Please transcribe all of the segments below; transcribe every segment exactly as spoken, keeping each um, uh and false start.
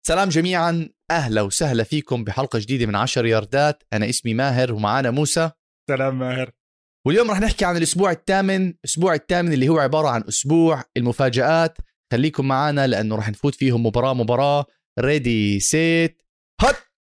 سلام جميعا، أهلا وسهلا فيكم بحلقة جديدة من عشر ياردات. أنا اسمي ماهر ومعانا موسى. سلام ماهر. واليوم رح نحكي عن الأسبوع الثامن الأسبوع الثامن اللي هو عبارة عن أسبوع المفاجآت. خليكم معانا لأنه رح نفوت فيهم مباراة مباراة. ريدي سيت هات.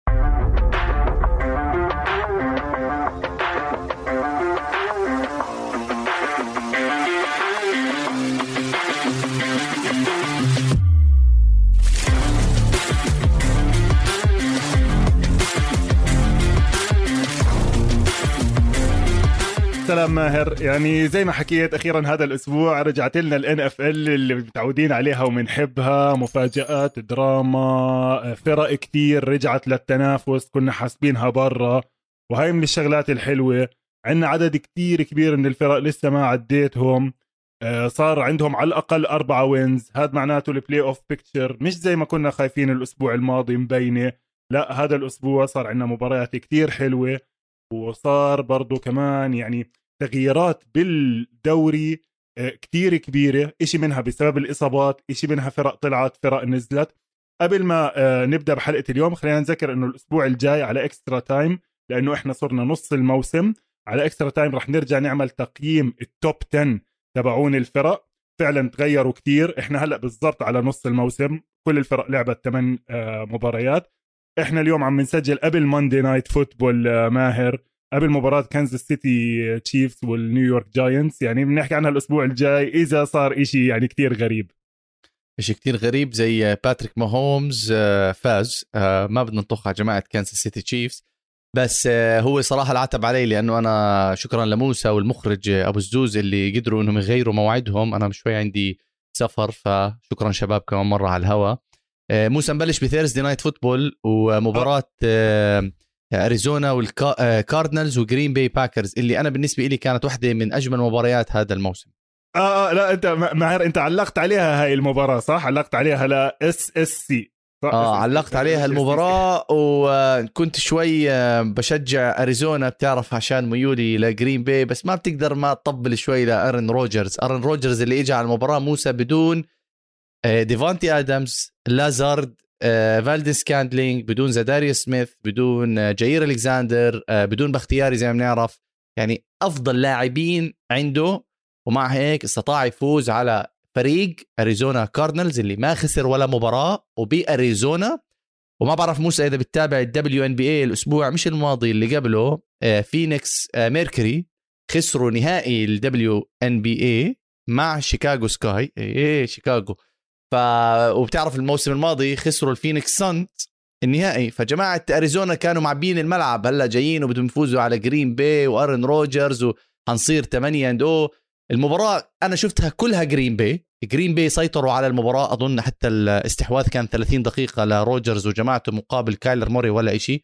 سلام ماهر. يعني زي ما حكيت أخيرا هذا الأسبوع رجعت لنا ال إن إف إل اللي متعودين عليها ومنحبها، مفاجآت، دراما، فرق كتير رجعت للتنافس كنا حاسبينها برا، وهاي من الشغلات الحلوة. عندنا عدد كتير كبير من الفرق لسه ما عديتهم، صار عندهم على الأقل أربعة وينز. هذا معناته البلاي أوف بيكتشر مش زي ما كنا خايفين الأسبوع الماضي مبينة، لا هذا الأسبوع صار عندنا مباريات كتير حلوة، وصار برضو كمان يعني تغييرات بالدوري كتير كبيرة، إشي منها بسبب الإصابات، إشي منها فرق طلعت فرق نزلت. قبل ما نبدأ بحلقة اليوم خلينا نذكر أنه الأسبوع الجاي على إكسترا تايم، لأنه إحنا صرنا نص الموسم، على إكسترا تايم رح نرجع نعمل تقييم التوب عشرة تبعون الفرق. فعلا تغيروا كتير، إحنا هلأ بالضبط على نص الموسم، كل الفرق لعبت ثمان مباريات. إحنا اليوم عم نسجل قبل ماندي نايت فوتبول ماهر، قبل مباراة كانزاس سيتي تشيفز والنيويورك جاينتس. يعني بنحكي عنها الأسبوع الجاي إذا صار إشي يعني كتير غريب. إشي كتير غريب زي باتريك ماهومز فاز، ما بدنا نطخ على جماعة كانزاس سيتي تشيفز، بس هو صراحة العتب علي، لأنه أنا شكرا لموسى والمخرج أبو الزوز اللي قدروا إنهم يغيروا موعدهم. أنا شوي عندي سفر، فشكرا شباب كمان مرة على الهوا. موسى نبلش بثيرزدي نايت فوتبول ومباراة أريزونا والكاردنالز وجرين باي باكرز، اللي أنا بالنسبة لي كانت واحدة من أجمل مباريات هذا الموسم. آه, آه لا أنت معير أنت علقت عليها هاي المباراة صح؟ علقت عليها لا اس اس سي. آه علقت عليها المباراة، وكنت شوي بشجع أريزونا بتعرف عشان ميولي لجرين باي، بس ما بتقدر ما تطبل شوي لأرن روجرز. أرن روجرز اللي إجا على المباراة موسى بدون ديفانتي آدمز، لازارد، فالديس كاندلينج، بدون زداريو سميث، بدون جاير ألكساندر، بدون بختياري زي ما بنعرف، يعني أفضل لاعبين عنده، ومع هيك استطاع يفوز على فريق أريزونا كاردنالز اللي ما خسر ولا مباراة وبأريزونا. وما بعرف موسى إذا بتتابع الدبليو إن بي إيه الأسبوع مش الماضي اللي قبله، فينيكس ميركوري خسروا نهائي الدبليو إن بي إيه مع شيكاغو سكاي. إيه شيكاغو. ف وبتعرف الموسم الماضي خسروا الفينيكس سانز النهائي. فجماعة أريزونا كانوا معبين الملعب، هلا جايين وبدهم يفوزوا على جرين باي وأرن روجرز وهنصير ثمانية اند او. المباراة أنا شفتها كلها جرين باي جرين باي سيطروا على المباراة، أظن حتى الاستحواذ كان ثلاثين دقيقة لروجرز وجماعته مقابل كايلر موري ولا إشي.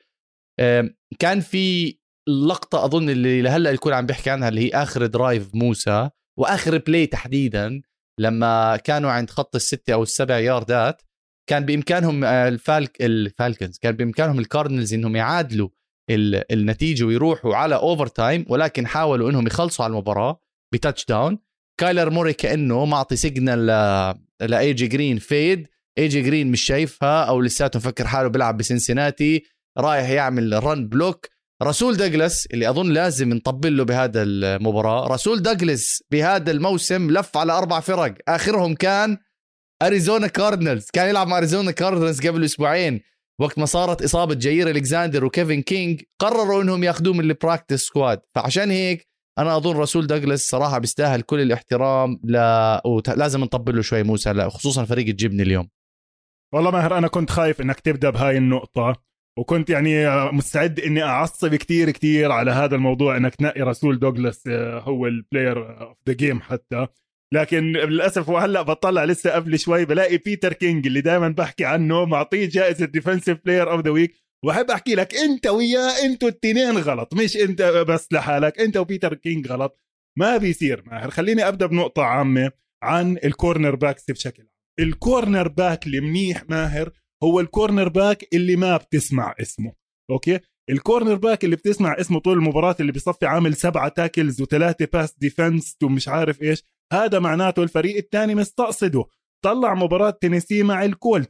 كان في لقطة أظن اللي لهلا الكل عم بيحكي عنها، اللي هي آخر درايف موسى وآخر بلاي تحديدا، لما كانوا عند خط الستة أو السبع ياردات، كان بإمكانهم الفالك الفالكنز كان بإمكانهم الكاردنالز إنهم يعادلوا النتيجة ويروحوا على أوفر تايم، ولكن حاولوا إنهم يخلصوا على المباراة بتاتش داون. كايلر موري كأنه معطي سيجنال لأي جي جرين فيد، أي جي جرين مش شايفها أو لساته مفكر حاله بيلعب بسنسيناتي، رايح يعمل رن بلوك. رسول دوغلاس اللي أظن لازم نطبل له بهذا المباراة، رسول دوغلاس بهذا الموسم لف على أربع فرق، آخرهم كان أريزونا كاردنالز، كان يلعب مع أريزونا كاردنالز قبل أسبوعين وقت ما صارت إصابة جاير ألكساندر وكيفن كينج، قرروا إنهم ياخدوه من البراكتس سكواد. فعشان هيك أنا أظن رسول دوغلاس صراحة بيستاهل كل الاحترام، لا ولازم نطبل له شوي موسى، لا خصوصا فريق الجبن اليوم. والله ماهر أنا كنت خايف إنك تبدأ بهاي النقطة، وكنت يعني مستعد إني أعصب كتير كتير على هذا الموضوع، إنك تنقي رسول دوغلاس هو البلاير اوف ذا جيم حتى، لكن للأسف وهلأ بطلع لسه قبل شوي بلاقي بيتر كينج اللي دائما بحكي عنه معطيه جائزة ديفنسيف بلاير اوف ذا ويك. وحب أحكي لك أنت وياه أنتوا التنين غلط، مش أنت بس لحالك، أنت وبيتر كينج غلط، ما بيصير. ماهر خليني أبدأ بنقطة عامة عن الكورنر باكس بشكل عام. الكورنر باك اللي منيح ماهر هو الكورنر باك اللي ما بتسمع اسمه، أوكي؟ الكورنر باك اللي بتسمع اسمه طول المباراة، اللي بيصفي عامل سبعة تاكلز وثلاثة باس ديفنس ومش عارف إيش، هذا معناته الفريق الثاني مستقصده. طلع مباراة تينيسي مع الكولتس،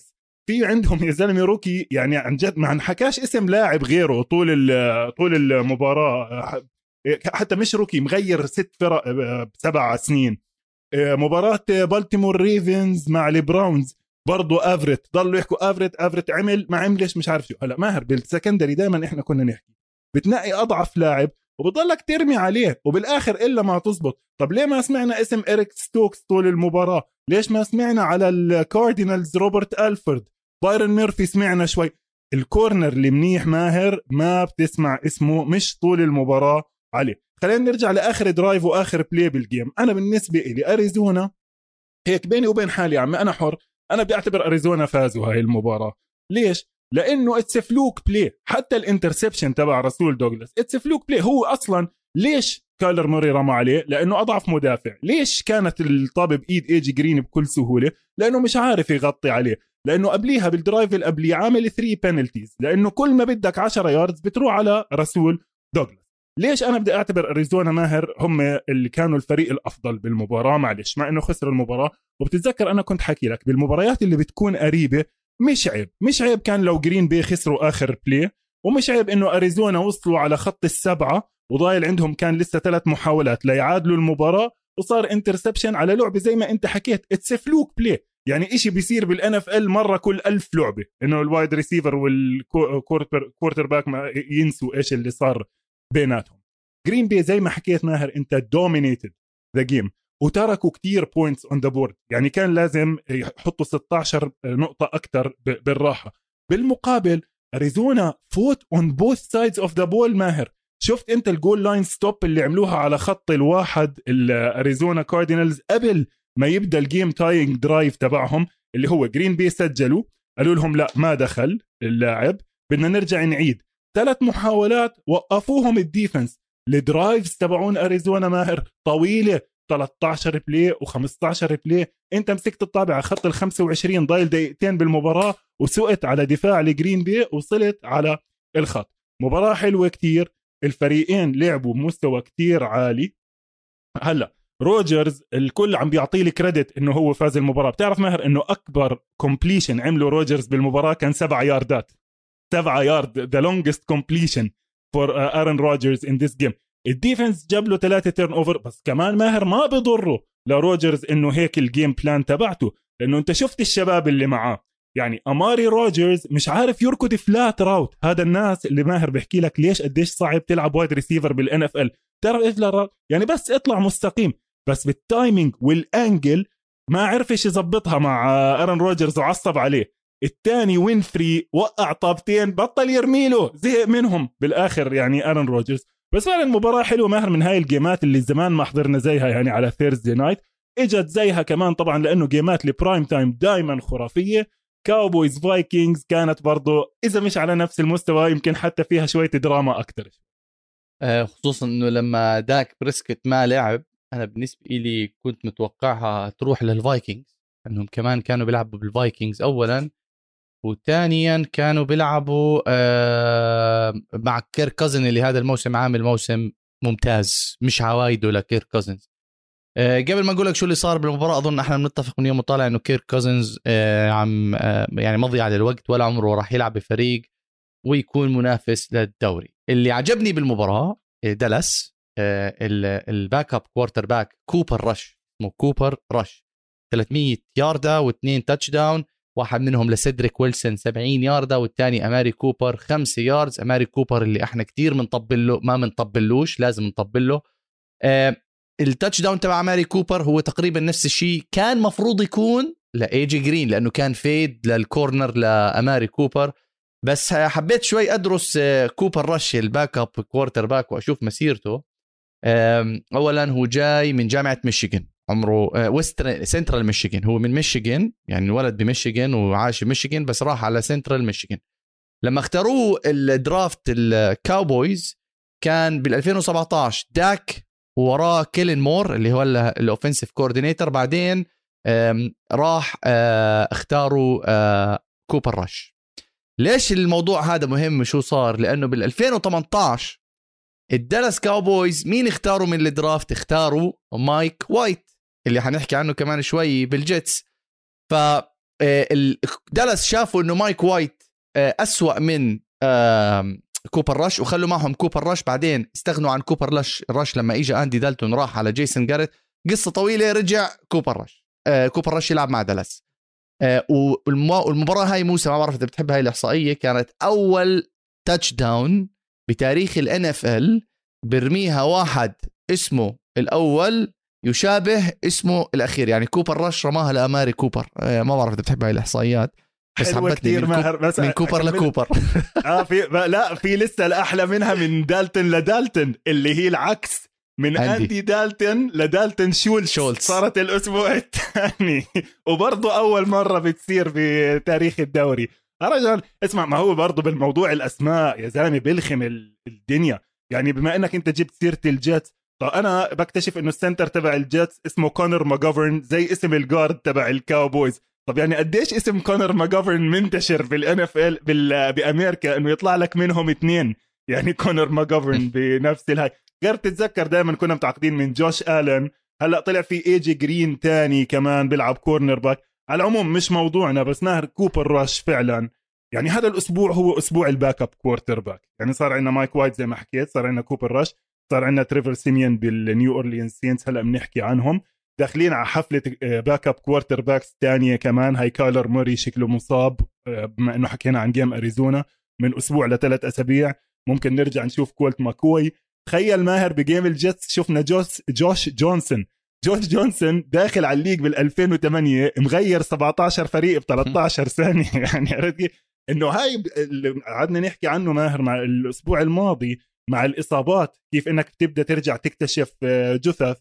في عندهم يا زلمه روكي يعني عن جد ما حكاش اسم لاعب غيره طول طول المباراه، حتى مش روكي مغير ست فرق بسبع سنين. مباراه بالتيمور ريفنز مع البراونز برضو افريت ضلوا يحكوا افريت افريت عمل ما عملش مش عارف شو. هلا ماهر بالسكندري دائما احنا كنا نحكي بتنقي اضعف لاعب وبضلك ترمي عليه وبالاخر الا ما تزبط. طب ليه ما سمعنا اسم إريك ستوكس طول المباراه؟ ليش ما سمعنا على الكاردينالز روبرت ألفورد؟ بايرن ميرفي سمعنا شوي. الكورنر اللي منيح ماهر ما بتسمع اسمه مش طول المباراه عليه. خلينا نرجع لاخر درايف واخر بلاي بالجيم. انا بالنسبه لي اريزونا هيك بيني وبين حالي يا عم انا حر، انا بدي اعتبر اريزونا فازوا هاي المباراه. ليش؟ لانه اتس فلوك بلاي. حتى الانترسبشن تبع رسول دوغلاس اتس فلوك بلاي. هو اصلا ليش كايلر موري رمى عليه؟ لانه اضعف مدافع. ليش كانت الطابه بايد ايجي جرين بكل سهوله؟ لانه مش عارف يغطي عليه. لانه قبليها بالدرايف اللي قبليه عامل ثلاثة بينالتيز، لانه كل ما بدك عشرة ياردز بتروح على رسول دوغلاس. ليش انا بدي اعتبر اريزونا ماهر هم اللي كانوا الفريق الافضل بالمباراه؟ معلش مع انه خسر المباراه. وبتتذكر انا كنت حكي لك بالمباريات اللي بتكون قريبه مش عيب مش عيب كان لو جرين بي خسروا اخر بلاي، ومش عيب انه اريزونا وصلوا على خط السبعه وضايل عندهم كان لسه ثلاث محاولات ليعادلوا المباراه وصار انترسبشن على لعبه زي ما انت حكيت اتس فلوك بلاي. يعني إشي بيصير بالان اف ال مره كل ألف لعبه انه الوايد ريسيفر والكورتر باك ما ينسوا ايش اللي صار بيناتهم. جرين بي زي ما حكيت ماهر انت دومينيتد ذا جيم وتركوا كتير بوينتس اون ذا بورد. يعني كان لازم يحطوا ستة عشر نقطه اكثر بالراحه. بالمقابل اريزونا فوت اون بوث سايدز اوف ذا بول ماهر. شفت انت الجول لاين ستوب اللي عملوها على خط الواحد الاريزونا كاردينالز قبل ما يبدا الجيم تاينج درايف تبعهم اللي هو جرين بي سجلوا قالوا لهم لا ما دخل اللاعب بدنا نرجع نعيد. ثلاث محاولات وقفوهم الديفنس. الدرايفز تبعون اريزونا ماهر طويله ثلاثة عشر بلاي و15 بلاي. انت مسكت الطابع على خط ال خمسة وعشرين ضايل دقيقتين بالمباراه وسقت على دفاع الجرين بي وصلت على الخط. مباراه حلوه كتير. الفريقين لعبوا بمستوى كتير عالي. هلا روجرز الكل عم بيعطيه الكريدت انه هو فاز المباراه. بتعرف ماهر انه اكبر كومبليشن عمله روجرز بالمباراه كان سبعة ياردات. سبعة يارد the longest completion for uh, Aaron Rodgers in this game. الديفنس جاب له ثلاثة تيرن اوفر بس كمان ماهر ما بضره لروجرز انه هيك الجيم بلان تبعته. لانه انت شفت الشباب اللي معاه. يعني اماري روجرز مش عارف يركض فلات راوت. هذا الناس اللي ماهر بحكي لك ليش قديش صعب تلعب وايد ريسيفر بالان اف ال. تعرف ايش يعني بس اطلع مستقيم بس بالتايمينج والانجل ما عرفش يزبطها مع ارون روجرز وعصب عليه. الثاني وينفري وقع طابتين بطل يرميله زهق منهم بالاخر يعني ارون روجرز. بس فعلا المباراه حلوه ماهر من هاي الجيمات اللي زمان ما حضرنا زيها يعني على ثيرزداي نايت. اجت زيها كمان طبعا لانه جيمات البرايم تايم دائما خرافيه. كاوبويز فايكنجز كانت برضو اذا مش على نفس المستوى يمكن حتى فيها شويه دراما اكثر. خصوصا انه لما داك بريسكت ما لعب انا بالنسبه لي كنت متوقعها تروح للفايكنجز انهم كمان كانوا بيلعبوا بالفايكنجز اولا وثانيا كانوا بيلعبوا مع كيرك كازن اللي هذا الموسم عامل موسم ممتاز مش عوايده لكيرك كازنز. قبل ما اقول لك شو اللي صار بالمباراه اظن احنا بنتفق من يوم طالع انه كيرك كازنز عم يعني مضي على الوقت ولا عمره راح يلعب بفريق ويكون منافس للدوري. اللي عجبني بالمباراه دالاس الباك اب كوارتر باك كوبر رش اسمه كوبر رش ثلاثمية ياردة واثنين تاتش داون. واحد منهم لسيدريك ويلسون سبعين ياردة والثاني اماري كوبر خمسة ياردز. اماري كوبر اللي احنا كتير منطبل له ما منطبلوش لازم نطبل له. آه التاتش داون تبع اماري كوبر هو تقريبا نفس الشيء كان مفروض يكون لايجي جرين لانه كان فيد للكورنر لاماري كوبر. بس حبيت شوي ادرس كوبر رش الباك اب كوارتر باك واشوف مسيرته. اولا هو جاي من جامعه ميشيغان عمره ويسترن سنترال ميشيغان. هو من ميشيغان يعني ولد بميشيغان وعاش بميشيغان بس راح على سنترال ميشيغان. لما اختاروه الدرافت الكاوبويز كان بال ألفين وسبعتاشر داك وراه كيلين مور اللي هو الاوفنسيف كوردينيتور. بعدين راح اختاروا كوبر رش. ليش الموضوع هذا مهم شو صار؟ لأنه بال ألفين وثمانية عشر الدالاس كاوبويز مين اختاروا من الدرافت؟ اختاروا مايك وايت اللي حنحكي عنه كمان شوي بالجيتس. دالاس شافوا انه مايك وايت أسوأ من كوبر راش وخلوا معهم كوبر راش، بعدين استغنوا عن كوبر راش راش لما اجى اندي دالتون راح على جيسون جاريت، قصة طويلة رجع كوبر راش. كوبر راش يلعب مع دالاس. والمباراة هاي موسى ما بعرف اذا بتحب هاي الإحصائية، كانت اول تاتش داون بتاريخ ال إن إف إل برميها واحد اسمه الأول يشابه اسمه الأخير، يعني كوبر راش رماها لأماري كوبر. ما بعرف إذا بتحب هاي الإحصائيات بس حبتني من, كوب... من كوبر لكوبر. اه في لا في لسه الأحلى منها من دالتون لدالتون اللي هي العكس، من أندي, أندي دالتون لدالتون شولتز صارت الأسبوع الثاني وبرضه أول مرة بتصير بتاريخ الدوري. رجل اسمع، ما هو برضه بالموضوع الأسماء يا زلمة بلخم الدنيا. يعني بما أنك أنت جبت سيرة الجيتس، طب أنا بكتشف إنه السنتر تبع الجيتس اسمه كونر ماغوفرن زي اسم الجارد تبع الكاوبويز. طب يعني قديش اسم كونر ماغوفرن منتشر بالان اف ال بامريكا انه يطلع لك منهم اثنين، يعني كونر ماغوفرن بنفس الهاي. غير تتذكر دائما كنا متعاقدين من جوش آلن، هلا طلع في ايجي جرين تاني كمان بيلعب كورنر باك. على العموم مش موضوعنا، بس ماهر كوبر راش فعلا يعني هذا الاسبوع هو اسبوع الباك اب كوارتر باك. يعني صار عندنا مايك وايت زي ما حكيت، صار عندنا كوبر راش، صار عندنا تريفر سيميون بالنيو اورليانز سينتس هلا بنحكي عنهم. داخلين على حفله باك اب كوارتر باكس ثانيه كمان، هاي كايلر موري شكله مصاب بما انه حكينا عن جيم اريزونا من اسبوع لثلاث اسابيع. ممكن نرجع نشوف كولت ماكوي. تخيل ماهر بجيم الجيتس شفنا جوش جوش جونسون جوش جونسون داخل على الليج بال ألفين وثمانية مغير سبعة عشر فريق ب ثلاثة عشر سنه. يعني عرفت انه هاي اللي قعدنا نحكي عنه ماهر مع الاسبوع الماضي مع الاصابات، كيف انك بتبدا ترجع تكتشف جثث.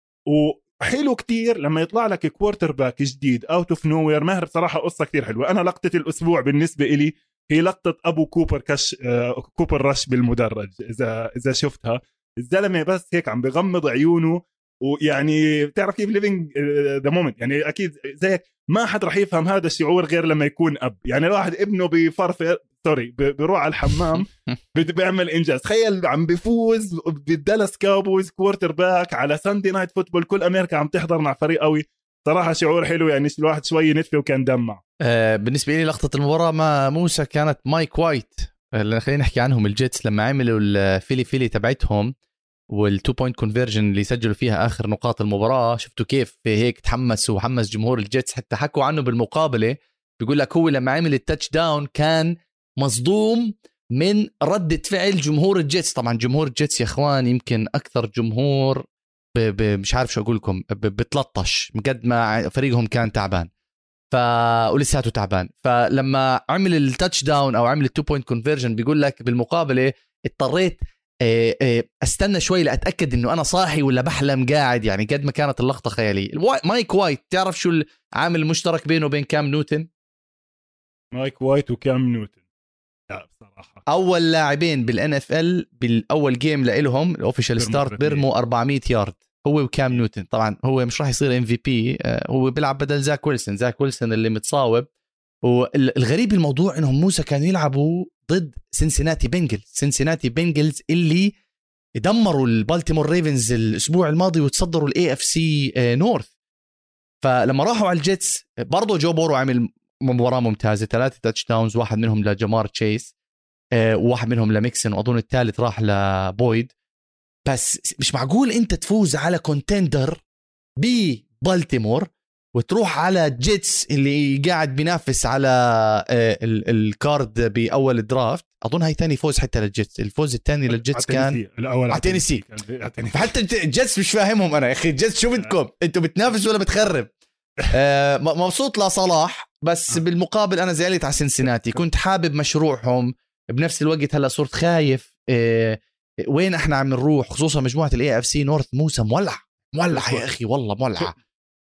وحلو كتير لما يطلع لك كوارتر باك جديد اوت اوف نو وير. ماهر بصراحه قصه كتير حلوه. انا لقطه الاسبوع بالنسبه إلي هي لقطه ابو كوبر كش كوبر رش بالمدرج. اذا اذا شفتها الزلمه بس هيك عم بغمض عيونه، ويعني بتعرف كيف ليفينج ذا مومنت. يعني اكيد زيك ما حد راح يفهم هذا الشعور غير لما يكون اب. يعني الواحد ابنه بفرفر سوري بيروح على الحمام بيعمل انجاز. تخيل عم بيفوز بالدالاس كاوبويز كوارتر باك على ساندي نايت فوتبول، كل امريكا عم تحضر مع فريق قوي. صراحه شعور حلو، يعني الواحد شوي نتفه وكان دمع. آه بالنسبه لي لقطه المباراه مع موسى كانت مايك وايت اللي خلينا نحكي عنهم الجيتس لما عملوا الفيلي فيلي تبعتهم والتو بوينت كونفرجن اللي سجلوا فيها اخر نقاط المباراه. شفتوا كيف هيك تحمسوا وحمس جمهور الجيتس، حتى حكوا عنه بالمقابله. بيقول لك هو لما عمل التاتش داون كان مصدوم من ردة فعل جمهور الجيتس. طبعا جمهور الجيتس يا اخوان يمكن اكثر جمهور ب ب مش عارف شو اقول لكم بتلطش قد ما فريقهم كان تعبان ف ولساته تعبان. فلما عمل التاتش داون او عمل التو بوينت كونفرجن بيقول لك بالمقابله اضطريت استنى شوي لاتاكد انه انا صاحي ولا بحلم قاعد. يعني قد ما كانت اللقطه خياليه. مايك وايت تعرف شو العامل المشترك بينه وبين كام نيوتن؟ مايك وايت وكام نيوتن لا بصراحه اول لاعبين بالان اف ال بالاول جيم لهم الاوفيشال ستارت بيرموا أربعمية يارد، هو وكام نيوتن. طبعا هو مش راح يصير ام في بي، هو بيلعب بدل زاك ويلسون زاك ويلسون اللي متصاوب. والغريب الموضوع انهم موسى كانوا يلعبوا ضد سينسيناتي بنجلز سينسيناتي بنجلز اللي دمروا البالتيمور ريفنز الاسبوع الماضي وتصدروا الاي اف سي نورث. فلما راحوا على الجيتس برضو جو بورو عمل مباراة ممتازة، ثلاثة تاتش داونز، واحد منهم لجمار تشيس وواحد منهم لميكسن واظن الثالث راح لبويد. بس مش معقول انت تفوز على كونتندر ببالتيمور وتروح على جيتس اللي قاعد بينافس على الكارد باول الدرافت. اظن هاي ثاني فوز حتى للجيتس، الفوز الثاني للجيتس كان الاول على تينيسي. فحتى الجيتس مش فاهمهم انا يا اخي. الجيتس شو بدكم انتوا بتنافسوا ولا بتخرب؟ آه مبسوط لصلاح بس بالمقابل انا زعلت على سينسيناتي. كنت حابب مشروعهم بنفس الوقت. هلا صرت خايف آه وين احنا عم نروح، خصوصا مجموعه الاي اف سي نورث موسى مولع مولع يا اخي والله مولع.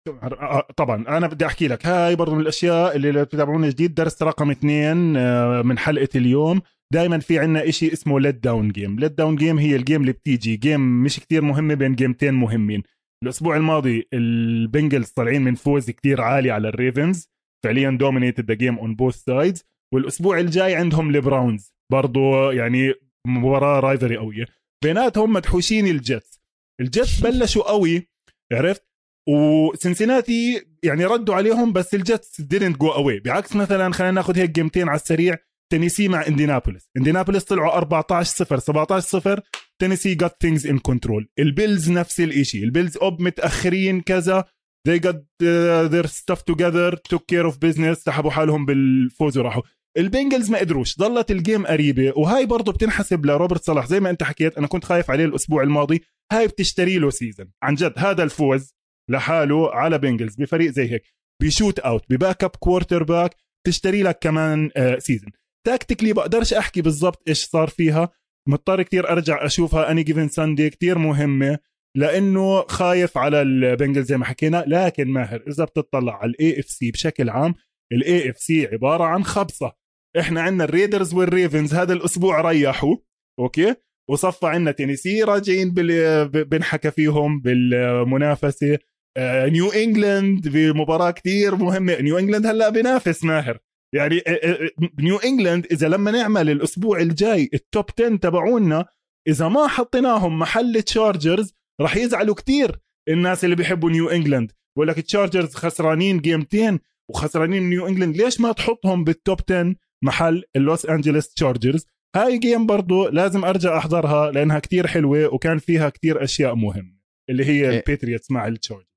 طبعا انا بدي احكي لك هاي برضو من الاشياء اللي بتتابعونا جديد. درس رقم اثنين من حلقه اليوم. دائما في عنا إشي اسمه ليت داون جيم. ليت داون جيم هي الجيم اللي بتيجي جيم مش كتير مهمه بين جيمتين مهمين. الاسبوع الماضي البنجلز طالعين من فوز كتير عالي على الريفنز، فعليا دومينيتد ذا جيم اون بوث سايدز. والاسبوع الجاي عندهم البراونز برضو، يعني مباراه رايفري قويه بيناتهم. مدحوشين الجيتس الجيتس بلشوا قوي عرفت، وسنسيناتي يعني ردوا عليهم بس الجتس didn't go away. بعكس مثلا خلينا ناخذ هيك جيمتين على السريع، تينيسي مع اندينابوليس. اندينابوليس طلعوا أربعة عشر صفر سبعة عشر صفر، تينيسي got things in control. البيلز نفس الاشي، البيلز أوب متأخرين كذا they got uh, their stuff together took care of business، سحبوا حالهم بالفوز وراحوا. البنجلز ما قدروش، ضلت الجيم قريبة. وهاي برضو بتنحسب لروبرت صلاح زي ما انت حكيت، انا كنت خايف عليه الاسبوع الماضي، هاي بتشتري له سيزن عن جد. هذا الفوز لحاله على بنجلز بفريق زي هيك بشوت اوت بباك اب كوارتر باك تشتري لك كمان آه سيزن. تاكتيكلي بقدرش احكي بالضبط ايش صار فيها، مضطر كتير ارجع اشوفها اني جيفن ساندي، كتير مهمة لانه خايف على البنجلز زي ما حكينا. لكن ماهر اذا بتطلع على الاي اف سي بشكل عام، الاي اف سي عبارة عن خبصة. احنا عندنا الريدرز والريفنز هذا الاسبوع ريحوا اوكي، وصفى عندنا تينيسي راجعين بنحكى فيهم بالمنافسة. آه نيو انجلاند بمباراة كتير مهمة، نيو انجلاند هلا بينافس ماهر يعني. آه نيو انجلاند اذا لما نعمل الاسبوع الجاي التوب عشرة تبعونا اذا ما حطيناهم محل تشارجرز راح يزعلوا كتير الناس اللي بيحبوا نيو انجلاند، بقول لك تشارجرز خسرانين جيمتين وخسرانين نيو انجلاند، ليش ما تحطهم بالتوب عشرة محل اللوس أنجلس تشارجرز؟ هاي جيم برضو لازم أرجع أحضرها لأنها كتير حلوة وكان فيها كتير أشياء مهمة اللي هي إيه. الباتريوتس مع التشارجرز،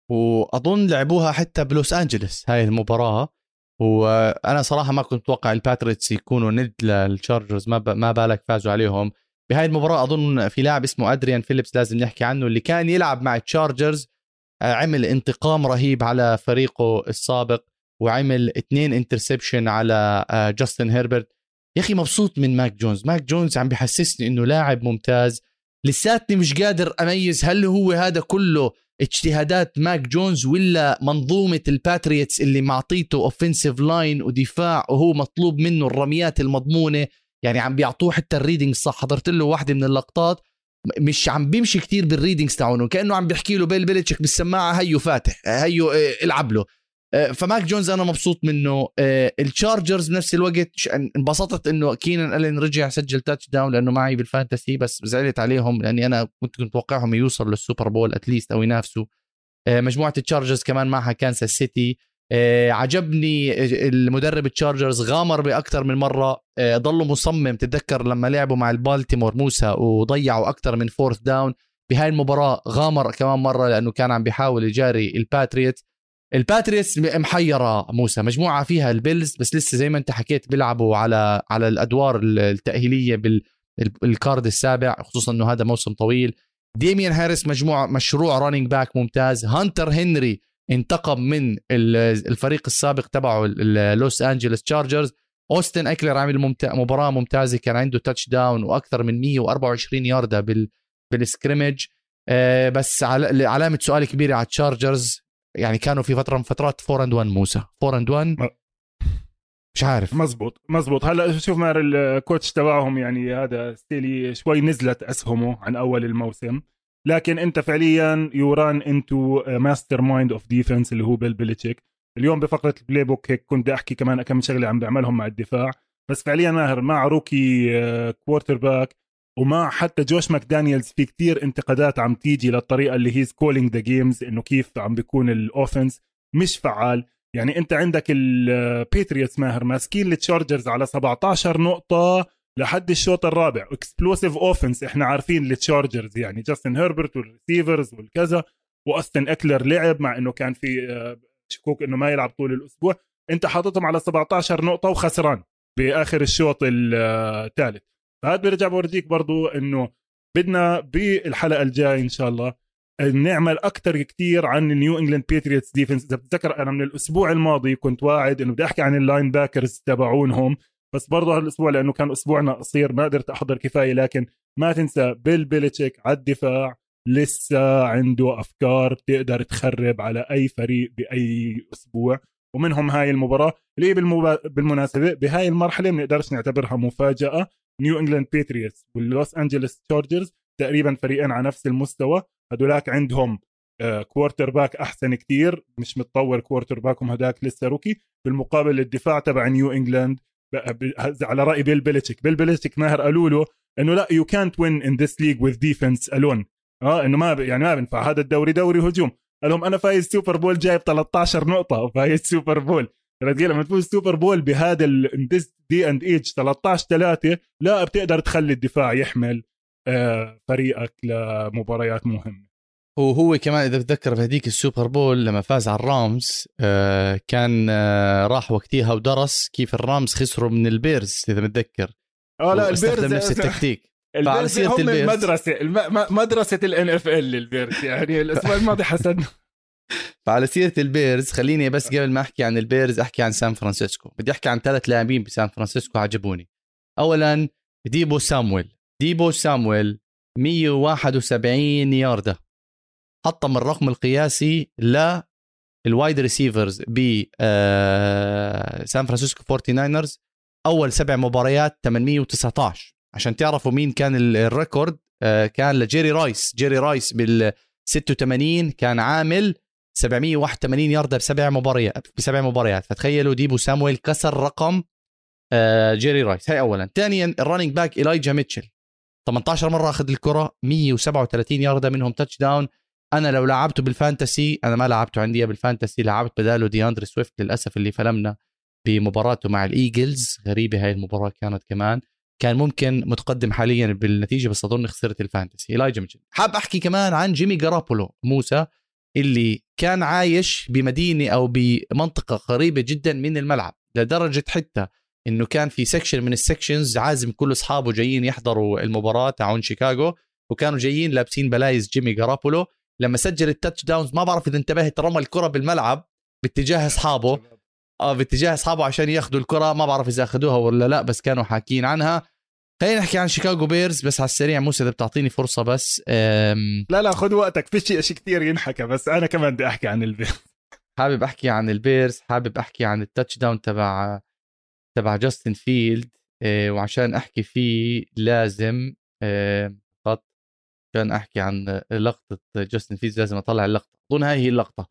وأظن لعبوها حتى بلوس أنجلس هاي المباراة. وأنا صراحة ما كنت أتوقع الباتريوتس يكونوا ند للتشارجرز، ما, ب... ما بالك فازوا عليهم بهاي المباراة. أظن في لاعب اسمه أدريان فيليبس لازم نحكي عنه، اللي كان يلعب مع التشارجرز، عمل انتقام رهيب على فريقه السابق وعمل اثنين انترسبشن على جاستن هيربرت. يا أخي مبسوط من ماك جونز. ماك جونز عم بيحسسني إنه لاعب ممتاز. لساتني مش قادر أميز هل هو هذا كله اجتهادات ماك جونز ولا منظومة الباتريوتس اللي معطيته اوفنسيف لاين ودفاع وهو مطلوب منه الرميات المضمونة. يعني عم بيعطوه حتى الريدنج صح. حضرت له واحدة من اللقطات مش عم بيمشي كتير بالريدنجز تاعونه، كأنه عم بيحكي له بيل بيلتشيك بالسماعة هيو فاتح هيو العب له. فماك جونز أنا مبسوط منه. التشارجرز بنفس الوقت انبسطت إنه كينان ألين رجع سجل تاتش داون لأنه معي بالفانتسي، بس زعلت عليهم لأني أنا كنت متوقعهم يوصل للسوبر بول أتليست أو ينافسوا. مجموعة التشارجرز كمان معها كانساس سيتي. عجبني المدرب التشارجرز غامر بأكتر من مرة، ضلوا مصمم. تتذكر لما لعبوا مع البالتيمور موسى وضيعوا أكتر من فورث داون، بهاي المباراة غامر كمان مرة لأنه كان عم بيحاول يجاري الباتريوت. الباتريوتس محيرة موسى، مجموعة فيها البيلز بس لسه زي ما انت حكيت بيلعبوا على على الأدوار التأهيلية بالكارد السابع، خصوصا أنه هذا موسم طويل. ديميان هاريس مجموعة مشروع رانينج باك ممتاز. هانتر هنري انتقم من الفريق السابق تبعه اللوس أنجلس تشارجرز. أوستن أكلر عامل ممتاز، مباراة ممتازة، كان عنده تاتش داون وأكثر من مية وأربعة وعشرين ياردة بال بالسكريمج. أه بس علامة سؤال كبيرة على التشارجرز، يعني كانوا في فترة من فترات فور اند وان موسى فور اند وان مش عارف. مزبوط مزبوط. هلا شوف مار الكوتش تبعهم يعني هذا ستيلي شوي نزلت أسهمه عن أول الموسم، لكن أنت فعليا يوران انتو ماستر مايند اوف ديفنس اللي هو بيل بيلتشيك. اليوم بفقرة البلاي بوك هيك كنت أحكي كمان كم شغلة عم بيعملهم مع الدفاع، بس فعليا ماهر مع روكي كوارتر باك ومع حتى جوش ماكدانييلز في كتير انتقادات عم تيجي للطريقة اللي هيز كولينج ذا جيمز، إنه كيف عم بيكون الأوفنس مش فعال. يعني أنت عندك الباتريوتس ماهر ماسكين التشارجرز على سبعة عشر نقطة لحد الشوط الرابع، اكسبلوسيف اوفنس. احنا عارفين التشارجرز يعني جاستن هيربرت والريسيفرز والكذا، واستن اكلر لعب مع انه كان في شكوك انه ما يلعب طول الاسبوع. انت حاططهم على سبعة عشر نقطة وخسران باخر الشوط الثالث. فهذا بيرجع بورجيك برضو انه بدنا بالحلقة الجاي ان شاء الله نعمل اكتر كتير عن نيو انجلاند باتريوتس ديفنس. اذا بتذكر انا من الاسبوع الماضي كنت واعد انه بدي احكي عن اللاين باكرز تبعونهم، بس برضه هالاسبوع لانه كان اسبوعنا قصير ما قدرت احضر كفايه. لكن ما تنسى بيل بيلتشيك على الدفاع لسه عنده افكار بتقدر تخرب على اي فريق باي اسبوع، ومنهم هاي المباراه اللي هي بالمبا... بالمناسبه بهاي المرحله ما نقدرش نعتبرها مفاجاه. نيو انجلاند باتريوتس واللوس انجلس تشارجرز تقريبا فريقين على نفس المستوى، هدولاك عندهم آه كوارتر باك احسن كتير، مش متطور كوارتر باكهم هداك لسه روكي. بالمقابل الدفاع تبع نيو انجلاند على رأي بيل بيلتشيك بيل بيلتشيك ماهر قالوا له انه لا you can't win in this league with defense alone، اه انه ما ب... يعني ما بينفع هذا الدوري دوري هجوم. قال لهم انا فايز سوبر بول جايب ثلاثة عشر نقطه وفايز سوبر بول. رجال لما تفوز سوبر بول بهذا الدي اند ايج ثلاثة عشر ثلاثة لا بتقدر تخلي الدفاع يحمل فريقك لمباريات مهمه. وهو كمان اذا بتذكر بهديك السوبر بول لما فاز على الرامز آه كان آه راح وقتها ودرس كيف الرامز خسروا من البيرز اذا متذكر. اه لا البيرز نفس التكتيك. فعلى سيرة البيرز مدرسة الم... مدرسة الان اف ال البيرز يعني الاسبوع الماضي حسن. فعلى سيرة البيرز خليني بس قبل ما احكي عن البيرز احكي عن سان فرانسيسكو. بدي احكي عن ثلاث لاعبين بسان فرانسيسكو عجبوني. اولا ديبو سامويل. ديبو سامويل مية وواحد وسبعين ياردة حطم الرقم القياسي للوايد ريسيفرز ب سان فرانسيسكو فورتي ناينرز اول سبع مباريات ثمانمية وتسعة عشر. عشان تعرفوا مين كان الريكورد كان لجيري رايس. جيري رايس بال ستة وثمانين كان عامل سبعمية وواحد وثمانين ياردة بسبع مباريات بسبع مباريات. فتخيلوا ديبو سامويل كسر رقم جيري رايس. هاي اولا. ثانيا الرننج باك إيلايجا ميتشل ثمانية عشر مرة اخذ الكرة مية وسبعة وثلاثين ياردة منهم تاتش داون. انا لو لعبته بالفانتسي انا ما لعبته عندي بالفانتسي لعبت بداله دياندري سويفت للاسف اللي فلمنا بمباراته مع الايجلز. غريبة هاي المباراة كانت كمان كان ممكن متقدم حاليا بالنتيجة بس أظن خسرت الفانتسي. إيلايجا ميتشل. حاب أحكي كمان عن جيمي جارابولو موسى اللي كان عايش بمدينة أو بمنطقة قريبة جدا من الملعب لدرجة حتى إنه كان في سكشن من السكشنز عازم كل أصحابه جايين يحضروا المباراة تاعون شيكاغو وكانوا جايين لابسين بلايز جيمي جارابولو. لما سجل التاتش داونز ما بعرف إذا انتبهت رمى الكرة بالملعب باتجاه أصحابه اه باتجاه اصحابه عشان ياخذوا الكره. ما بعرف اذا اخذوها ولا لا بس كانوا حاكين عنها. خلينا نحكي عن شيكاغو بيرز بس على السريع موسى اذا بتعطيني فرصه بس. أم... لا لا خذ وقتك في شيء شيء كثير ينحكى بس انا كمان بدي احكي عن البيرز. حابب احكي عن البيرز. حابب احكي عن التاتش داون تبع تبع جاستن فيلد أه وعشان احكي فيه لازم أه فقط عشان احكي عن لقطه جاستن فيلد لازم اطلع اللقطه. اظن هاي هي اللقطه.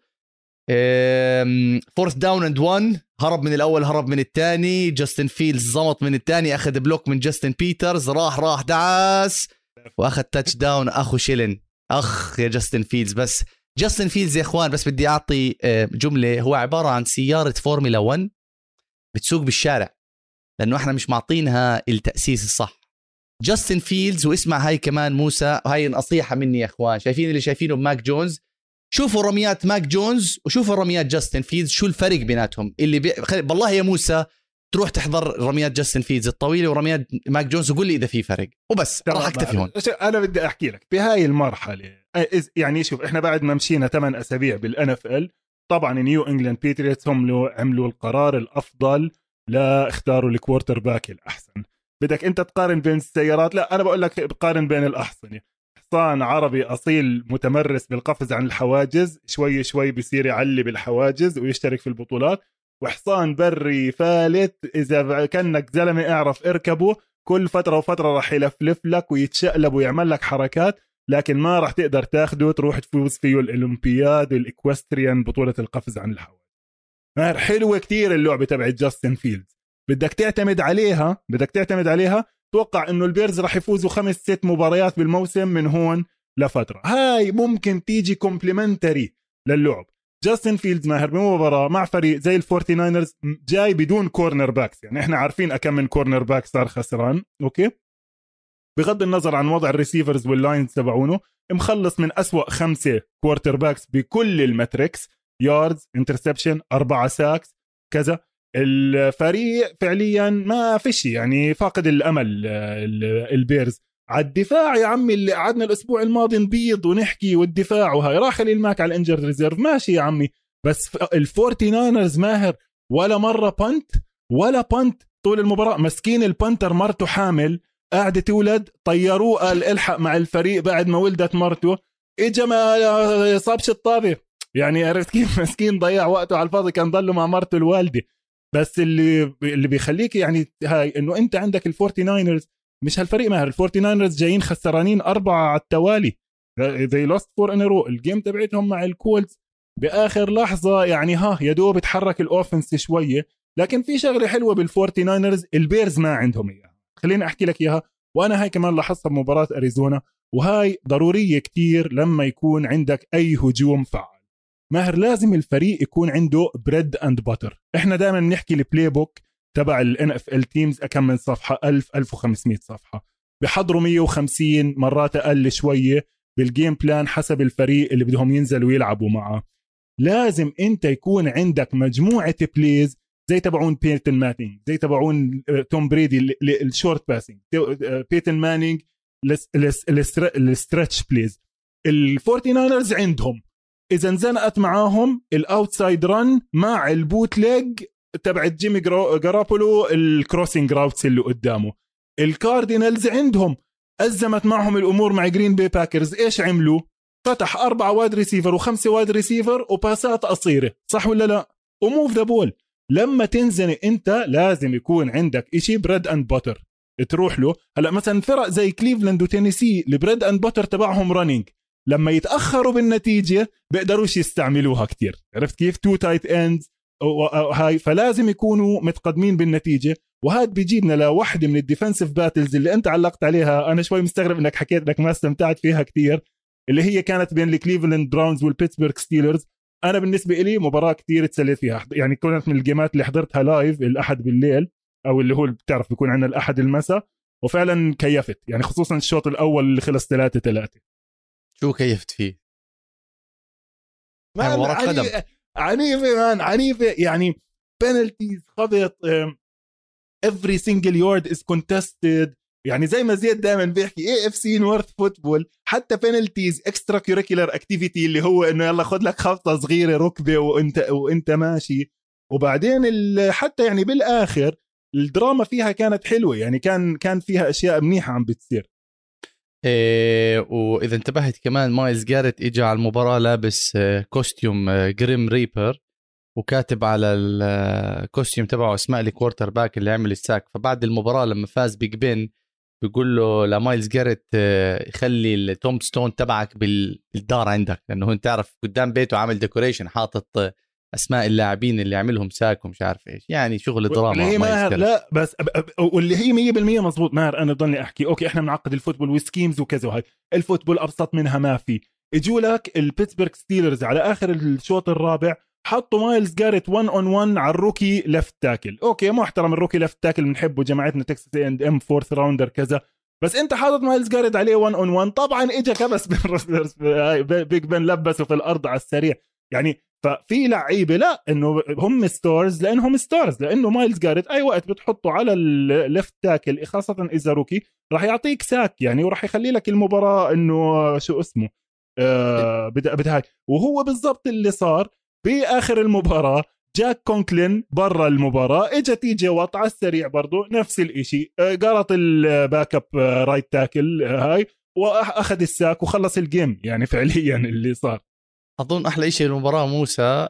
فورث داون اند وان هرب من الاول هرب من الثاني. جاستن فيلدز زمط من الثاني اخذ بلوك من جاستن بيترز راح راح دعس واخذ تاتش داون. اخو شيلن اخ يا جاستن فيلدز. بس جاستن فيلدز يا اخوان بس بدي اعطي جمله. هو عباره عن سياره فورمولا واحد بتسوق بالشارع لانه احنا مش معطينها التاسيس الصح. جاستن فيلدز واسمع هاي كمان موسى هاي نصيحه مني يا اخوان. شايفين اللي شايفينه بماك جونز شوفوا رميات ماك جونز وشوفوا رميات جاستن فيلدز شو الفرق بيناتهم. اللي بي... بالله يا موسى تروح تحضر رميات جاستن فيلدز الطويله ورميات ماك جونز وقول لي اذا في فرق وبس راح اكتفي هون. انا بدي احكي لك بهاي المرحله يعني شوف احنا بعد ما مشينا ثمان اسابيع بالان اف ال طبعا نيو انجلاند بيتريتس هم عملوا القرار الافضل لا اختاروا الكوارتر باك الاحسن. بدك انت تقارن بين السيارات لا انا بقول لك بقارن بين الاحصنه. حصان عربي أصيل متمرس بالقفز عن الحواجز شوي شوي بيصير يعلي بالحواجز ويشترك في البطولات. وحصان بري فالت إذا كأنك زلمة اعرف اركبه كل فترة وفترة راح يلفلف لك ويتشقلب ويعمل لك حركات لكن ما راح تقدر تاخده تروح تفوز فيه الأولمبياد الإكوستريان بطولة القفز عن الحواجز. حلوة كتير اللعبة تبع جاستن فيلدز. بدك تعتمد عليها بدك تعتمد عليها توقع انه البيرز راح يفوزوا خمس ست مباريات بالموسم من هون لفتره. هاي ممكن تيجي كومبليمنتري للعب. جاستن فيلدز ماهر بمباراه مع فريق زي الفورتي ناينرز جاي بدون كورنر باكس يعني احنا عارفين اكم من كورنر باك صار خسران اوكي بغض النظر عن وضع الريسيفرز واللاينز تبعونه مخلص من أسوأ خمسه كوارتر باكس بكل الماتريكس ياردز انترسبشن أربعة ساكس كذا. الفريق فعليا ما فيش يعني فاقد الامل. البيرز على الدفاع يا عمي اللي قعدنا الاسبوع الماضي نبيض ونحكي والدفاع وهاي راح خليل ماك على الانجر ريزيرف ماشي يا عمي بس الفورتي ناينرز ماهر ولا مره بانت ولا بانت طول المباراه. مسكين البانتر مرته حامل قاعده تولد طيروه قال الحق مع الفريق بعد ما ولدت مرته اجى ما صابش الطابه يعني عرفت كيف مسكين ضيع وقته على الفاضي كان ضله مع مرته الوالده. بس اللي اللي بيخليك يعني هاي انه انت عندك الفورتي ناينرز مش هالفريق ماهر. الفورتي ناينرز جايين خسرانين أربعة على التوالي they lost four in a row. الجيم تبعتهم مع الكولز بآخر لحظة يعني ها يا دوب بتحرك الأوفنس شوية لكن في شغلة حلوة بالفورتي ناينرز البيرز ما عندهم إياها. خليني أحكي لك إياها وأنا هاي كمان لاحظتها بمباراة أريزونا وهاي ضرورية كتير لما يكون عندك أي هجوم فعال. ماهر لازم الفريق يكون عنده بريد اند باتر. احنا دائما بنحكي البلاي بوك تبع الان اف ال تيمز كم من صفحه؟ ألف ألف وخمسمية صفحه، بيحضروا مية وخمسين، مرات اقل شويه بالجيم بلان حسب الفريق اللي بدهم ينزلوا يلعبوا معه. لازم انت يكون عندك مجموعه بليز زي تبعون بيتن مانينج، زي تبعون توم بريدي الشورت باسنج، بيتن مانينج الستريتش بليز. الفورتي ناينرز عندهم اذا انزنقت معاهم الاوتسايد رن مع البوت ليج تبع جيمي جارابولو الكروسنج راوتس اللي قدامه. الكاردينالز عندهم أزمت معهم الأمور مع جرين بي باكرز، إيش عملوا؟ فتح أربعة واد ريسيفر وخمسة واد ريسيفر وباسات قصيرة، صح ولا لا؟ وموف ذا بول. لما تنزني أنت لازم يكون عندك إشي بريد أند باتر تروح له. هلأ مثلا فرق زي كليفلاند وتينيسي البريد أند باتر تبعهم رانينج، لما يتأخروا بالنتيجة بيقدروش يستعملوها كتير. عرفت كيف؟ تو تايت اندز هاي، فلازم يكونوا متقدمين بالنتيجة. وهذا بيجيبنا لوحدة من الديفنسيف باتلز اللي انت علقت عليها. انا شوي مستغرب انك حكيت انك ما استمتعت فيها كتير، اللي هي كانت بين الكليفلاند براونز والبيتسبرغ ستيلرز. انا بالنسبة لي مباراة كتير اتسليت فيها، يعني كانت من الجيمات اللي حضرتها لايف الاحد بالليل، او اللي هو بتعرف بيكون عندنا الاحد المساء، وفعلا كيفت يعني، خصوصا الشوط الاول اللي خلص ثلاثة ثلاثة. شو كيفت فيه؟ ما عنيفة عنيفة مان عنيفة يعني. بنالتيز خبط، every single yard is contested. يعني زي ما زياد دائما بيحكي اي اف سي نورث فوتبول، حتى بنالتيز اكسترا كوريكولر اكتيفيتي اللي هو انه يلا خد لك خبطه صغيره ركبه وانت وانت ماشي. وبعدين حتى يعني بالاخر الدراما فيها كانت حلوه، يعني كان كان فيها اشياء منيحه عم بتصير. إيه، واذا انتبهت كمان مايلز جاريت اجى على المباراه لابس كوستيوم جريم ريبر، وكاتب على الكوستيوم تبعه اسماء الكوارتر باك اللي عمل الساك. فبعد المباراة لما فاز بيج بن بيقول له لمايلز جاريت يخلي التوم ستون تبعك بالدار عندك، لأنه انت تعرف قدام بيته عامل ديكوريشن حاطط اسماء اللاعبين اللي عملهم ساك ومش عارف ايش، يعني شغل دراما. هي ماهر لا بس واللي هي مية بالمية مزبوط ماهر. انا ضلني احكي اوكي احنا بنعقد الفوتبول وسكيمز وكذا، وهي الفوتبول ابسط منها ما في. اجوا لك البيتسبرغ ستيلرز على اخر الشوط الرابع حطوا مايلز جاريت واحد اون واحد على الروكي ليفت تاكل. اوكي محترم الروكي ليفت تاكل بنحبه جماعتنا تكساس اند ام فورث راوندر كذا، بس انت حاطط مايلز جاريت عليه واحد اون واحد. طبعا اجى كبس بيج بن لبسه في الارض على السريع يعني. ففي لعيبه لا انه هم ستارز لانهم ستارز، لانه مايلز جاريت اي وقت بتحطه على الليفت تاكل خاصه اذا روكي راح يعطيك ساك يعني، وراح يخلي لك المباراه انه شو اسمه آه بدا بدا. وهو بالضبط اللي صار باخر المباراه. جاك كونكلين برا المباراه اجى تيجي وط على السريع برضو نفس الاشي، قرط الباك اب رايت تاكل هاي واخذ الساك وخلص الجيم يعني فعليا اللي صار. اظن احلى شيء المباراه موسى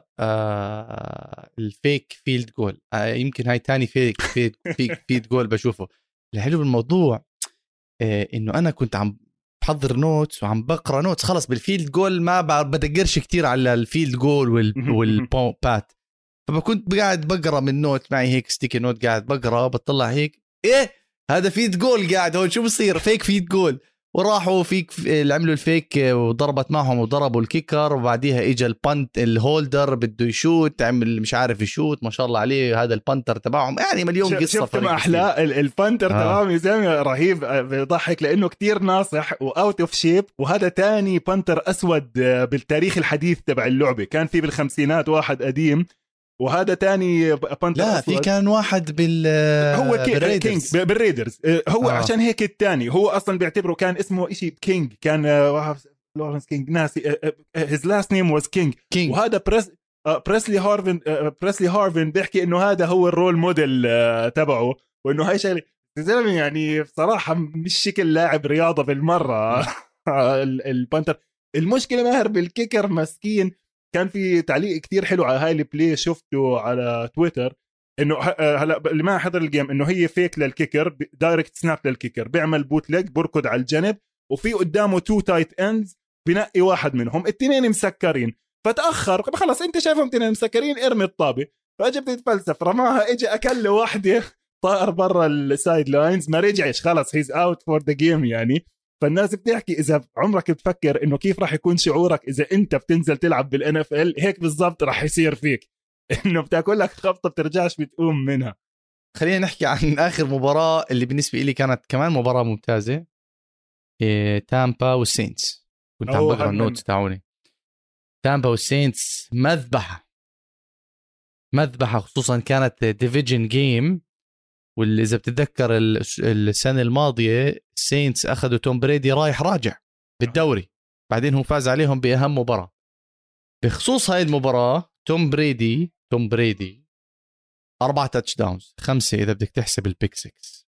آه الفيك فيلد جول. آه يمكن هاي تاني فيك فيك فيك فيلد جول بشوفه. الحلو بالموضوع آه انه انا كنت عم بحضر نوتس وعم بقرا نوتس خلص بالفيلد جول، ما بدقرش كتير على الفيلد جول والبات، فبكنت قاعد بقرا من نوت معي هيك ستيكي نوت، قاعد بقرا بطلع هيك ايه هذا فيلد جول قاعد هون شو بصير فيك فيلد جول. وراحوا فيك اللي عملوا الفيك وضربت معهم وضربوا الكيكر، وبعديها اجى البانت الهولدر بده يشوت عمل مش عارف يشوت ما شاء الله عليه هذا البانتر تبعهم يعني مليون قصه. شفت ما احلى البانتر آه. تبعهم يا زلمه رهيب بيضحك لانه كتير ناصح واوت اوف شيب. وهذا تاني بانتر اسود بالتاريخ الحديث تبع اللعبه، كان في بالخمسينات واحد قديم وهذا تاني بانتر لا أسود. في كان واحد بال هو بالريدرز. بالريدرز هو آه. عشان هيك الثاني هو اصلا بيعتبره كان اسمه إشي كينج، كان لورنس كينج ناسي هيز لاست نيم واز كينج. وهذا بريس بريسلي هارفن بريسلي هارفن بيحكي انه هذا هو الرول موديل تبعه، وانه هاي شغله زلمه يعني بصراحه مش شكل لاعب رياضه بالمره. البانتر المشكله ماهر بالكيكر مسكين. كان في تعليق كتير حلو على هاي البلاي شفته على تويتر انه هلا اللي ما حضر الجيم انه هي فيك للكيكر دايركت سناب للكيكر، بيعمل بوت ليج بركض على الجنب وفي قدامه تو تايت اندز بنقي واحد منهم، التنين مسكرين فتاخر خلص انت شايفهم تنين مسكرين ارمي الطابه، فاجى بده يتفلسف رماها اجى اكل له واحده طائر برا السايد لاينز ما رجعش خلص هيز اوت فور ذا جيم يعني. فالناس بتحكي اذا عمرك بتفكر انه كيف راح يكون شعورك اذا انت بتنزل تلعب بالان اف ال، هيك بالضبط راح يصير فيك انه بتاكل لك خبطه بترجعش بتقوم منها. خلينا نحكي عن اخر مباراه اللي بالنسبه لي كانت كمان مباراه ممتازه، إيه تامبا والسينتس. كنت عم بقرا النوتس تاعوني. تامبا والسينتس مذبحه مذبحه، خصوصا كانت ديفيجن جيم. واللي اذا بتتذكر السنه الماضيه السينتس اخذوا توم بريدي رايح راجع بالدوري، بعدين هو فاز عليهم باهم مباراه. بخصوص هاي المباراه توم بريدي توم بريدي أربعة تاتش داونز، خمسة إذا بدك تحسب البيك سكس.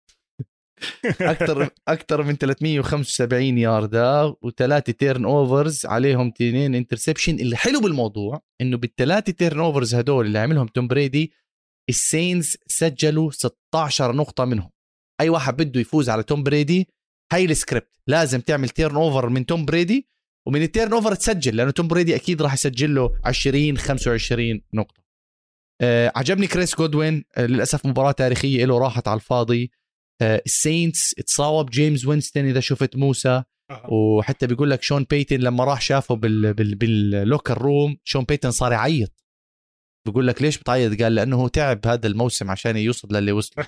أكثر أكثر من ثلاثمية وخمسة وسبعين ياردة وثلاثة تيرن أوفرز، عليهم اثنين انترسبشن. اللي حلو بالموضوع إنه بالثلاثة تيرن أوفرز هدول اللي عملهم توم بريدي السينز سجلوا ستة عشر نقطة منهم. أي واحد بده يفوز على توم بريدي هاي السكريبت، لازم تعمل تيرن أوفر من توم بريدي، ومن التيرن أوفر تسجل، لأنه توم بريدي أكيد راح يسجل له عشرين خمسة وعشرين نقطة. آه عجبني كريس جودوين. آه للأسف مباراة تاريخية له راحت على الفاضي. آه السينتس اتصاوب جيمس وينستون إذا شفت موسى. وحتى بيقول لك شون بيتن لما راح شافه بال بال باللوكر روم، شون بيتن صار يعيط. بيقول لك ليش بتعيط؟ قال لأنه هو تعب هذا الموسم عشان يوصل للي وصل.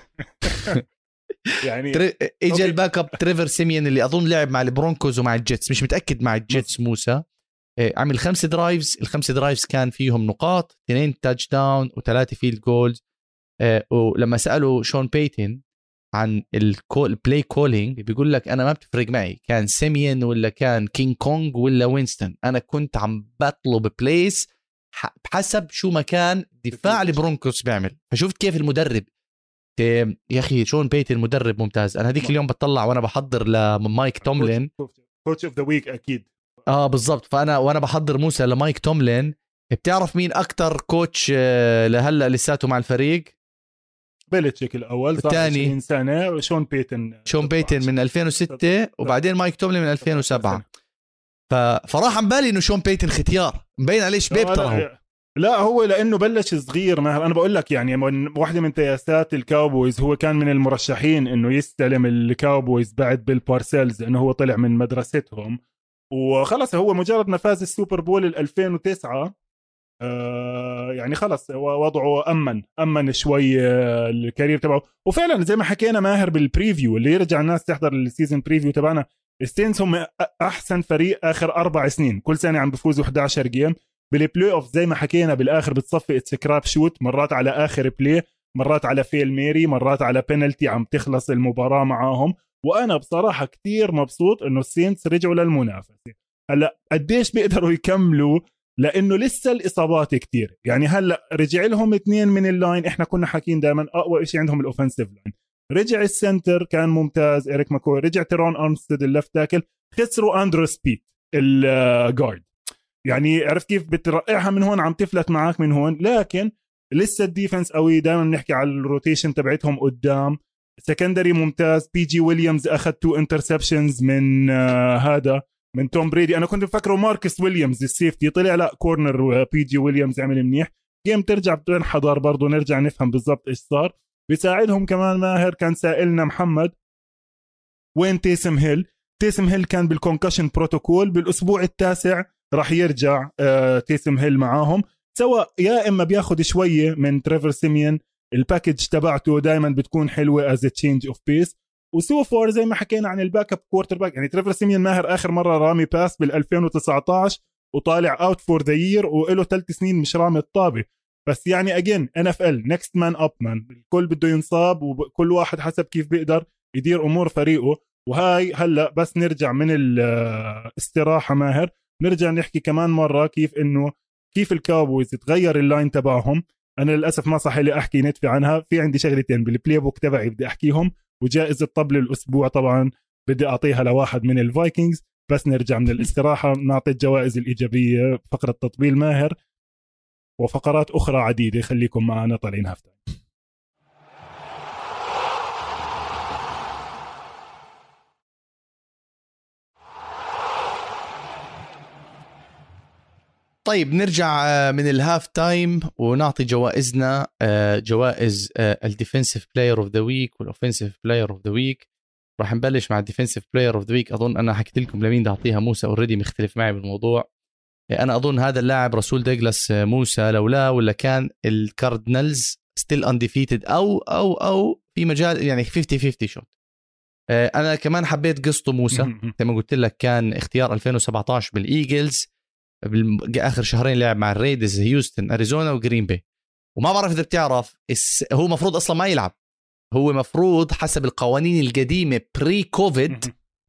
يعني تري... اجى الباك اب تريفر سيميان اللي اظن لعب مع البرونكوز ومع الجيتس، مش متاكد مع الجيتس موسى. عمل خمس درايفز، الخمس درايفز كان فيهم نقاط، اثنين تاتش داون وثلاثه فيلد جولز. ولما سالوا شون بيتن عن الكول بلاي كولينج بيقول لك انا ما بتفرق معي كان سيميان ولا كان كينج كونج ولا وينستون، انا كنت عم بطلب بلايس بحسب شو مكان دفاع البرونكوس بيعمل. فشفت كيف المدرب يا اخي شون بيتن مدرب ممتاز. انا هذيك اليوم بطلع وانا بحضر لمايك توملين كوتش اوف ذا ويك اكيد. اه بالضبط. فانا وانا بحضر موسى لمايك توملين، بتعرف مين اكتر كوتش لهلا لساته مع الفريق؟ بيلتشيك الاول صار عشرين سنه، وشون بيتن شون بيتن من ألفين وستة، وبعدين مايك توملين من ألفين وسبعة. فراح عم بالي انه شون بيتن ختيار مبين عليه شباب ترى. لا هو لانه بلش صغير ماهر. انا بقول لك يعني واحده من تياسات الكاوبويز هو كان من المرشحين انه يستلم الكاوبويز بعد بيل بارسيلز، انه هو طلع من مدرستهم وخلص. هو مجرد ما فاز السوبر بول ال ألفين وتسعة آه يعني خلص هو وضعه امن امن شوي آه الكارير تبعه. وفعلا زي ما حكينا ماهر بالبريفيو اللي يرجع الناس تحضر السيزون بريفيو تبعنا، الستينز هم احسن فريق اخر اربع سنين، كل سنه عم بفوزوا إحدى عشر جيم. بالبلاي اوف زي ما حكينا بالاخر بتصفي سكراب شوت، مرات على اخر بلاي، مرات على فيل ميري، مرات على بينالتي عم تخلص المباراه معاهم. وانا بصراحه كتير مبسوط انه السينتس رجعوا للمنافسه. هلا قديش بيقدروا يكملوا لانه لسه الاصابات كتير. يعني هلا رجع لهم اثنين من اللاين، احنا كنا حاكين دائما اقوى شيء عندهم الاوفنسيف لاين. رجع السنتر كان ممتاز إيريك ماكوي، رجع تيرون أرمستيد اللفت تاكل، خسروا أندرو سبيت الجارد. يعني عرفت كيف بترقعها من هون عم تفلت معك من هون، لكن لسه الديفنس قوي. دائما بنحكي على الروتيشن تبعتهم قدام. سكندري ممتاز، بي جي ويليامز أخذ تو انترسبشنز من آه هذا من توم بريدي. أنا كنت بفكره ماركس ويليامز السيفتي، طلع لا كورنر بي جي ويليامز عمل منيح. جيم ترجع بتنحضر برضو، نرجع نفهم بالضبط إيش صار. بيساعدهم كمان ماهر. كان سائلنا محمد وين تيسم هيل. تيسم هيل كان بالكونكشن بروتوكول، بالأسبوع التاسع راح يرجع آه تيسم هيل معاهم، سواء يا إما بياخد شوية من تريفر سيميان، الباكج تبعته دايما بتكون حلوة as a change of pace. وسو فور زي ما حكينا عن الباك اب كوارتر باك، يعني تريفر سيميان ماهر آخر مرة رامي باس بال ألفين وتسعطعش وطالع اوت فور ذا يير، وله ثلاث سنين مش رامي الطابة. بس يعني اجين ان اف ال نكست مان اب مان، الكل بده ينصاب وكل واحد حسب كيف بيقدر يدير امور فريقه. وهاي هلا بس نرجع من الاستراحه ماهر، نرجع نحكي كمان مره كيف انه كيف الكاوبويز تغير اللاين تبعهم. انا للاسف ما صح لي احكي ندفع عنها، في عندي شغلتين بالبلاي بوك تبعي بدي احكيهم، وجائزه طبل الاسبوع طبعا بدي اعطيها لواحد من الفايكنجز. بس نرجع من الاستراحه نعطي الجوائز الايجابيه، فقره تطبيل ماهر وفقرات أخرى عديدة. خليكم معنا طالعين هاف تايم. طيب نرجع من الهاف تايم ونعطي جوائزنا، جوائز الديفنسيف بلاير اوف ذا ويك والاوفنسيف بلاير اوف ذا ويك. راح نبلش مع الديفنسيف بلاير اوف ذا ويك. اظن انا حكيت لكم لمين بدي اعطيها. موسى اوريدي مختلف معي بالموضوع. انا اظن هذا اللاعب رسول دوغلاس موسى، لولا ولا كان الكاردينالز ستيل انديفيتد او او او في مجال يعني خمسين خمسين شوت. انا كمان حبيت قصته موسى زي ما قلت لك، كان اختيار ألفين وسبعطعش بالايجلز، اخر شهرين لعب مع الريدز، هيوستن، اريزونا وجرين باي. وما بعرف اذا بتعرف هو مفروض اصلا ما يلعب، هو مفروض حسب القوانين القديمه بري كوفيد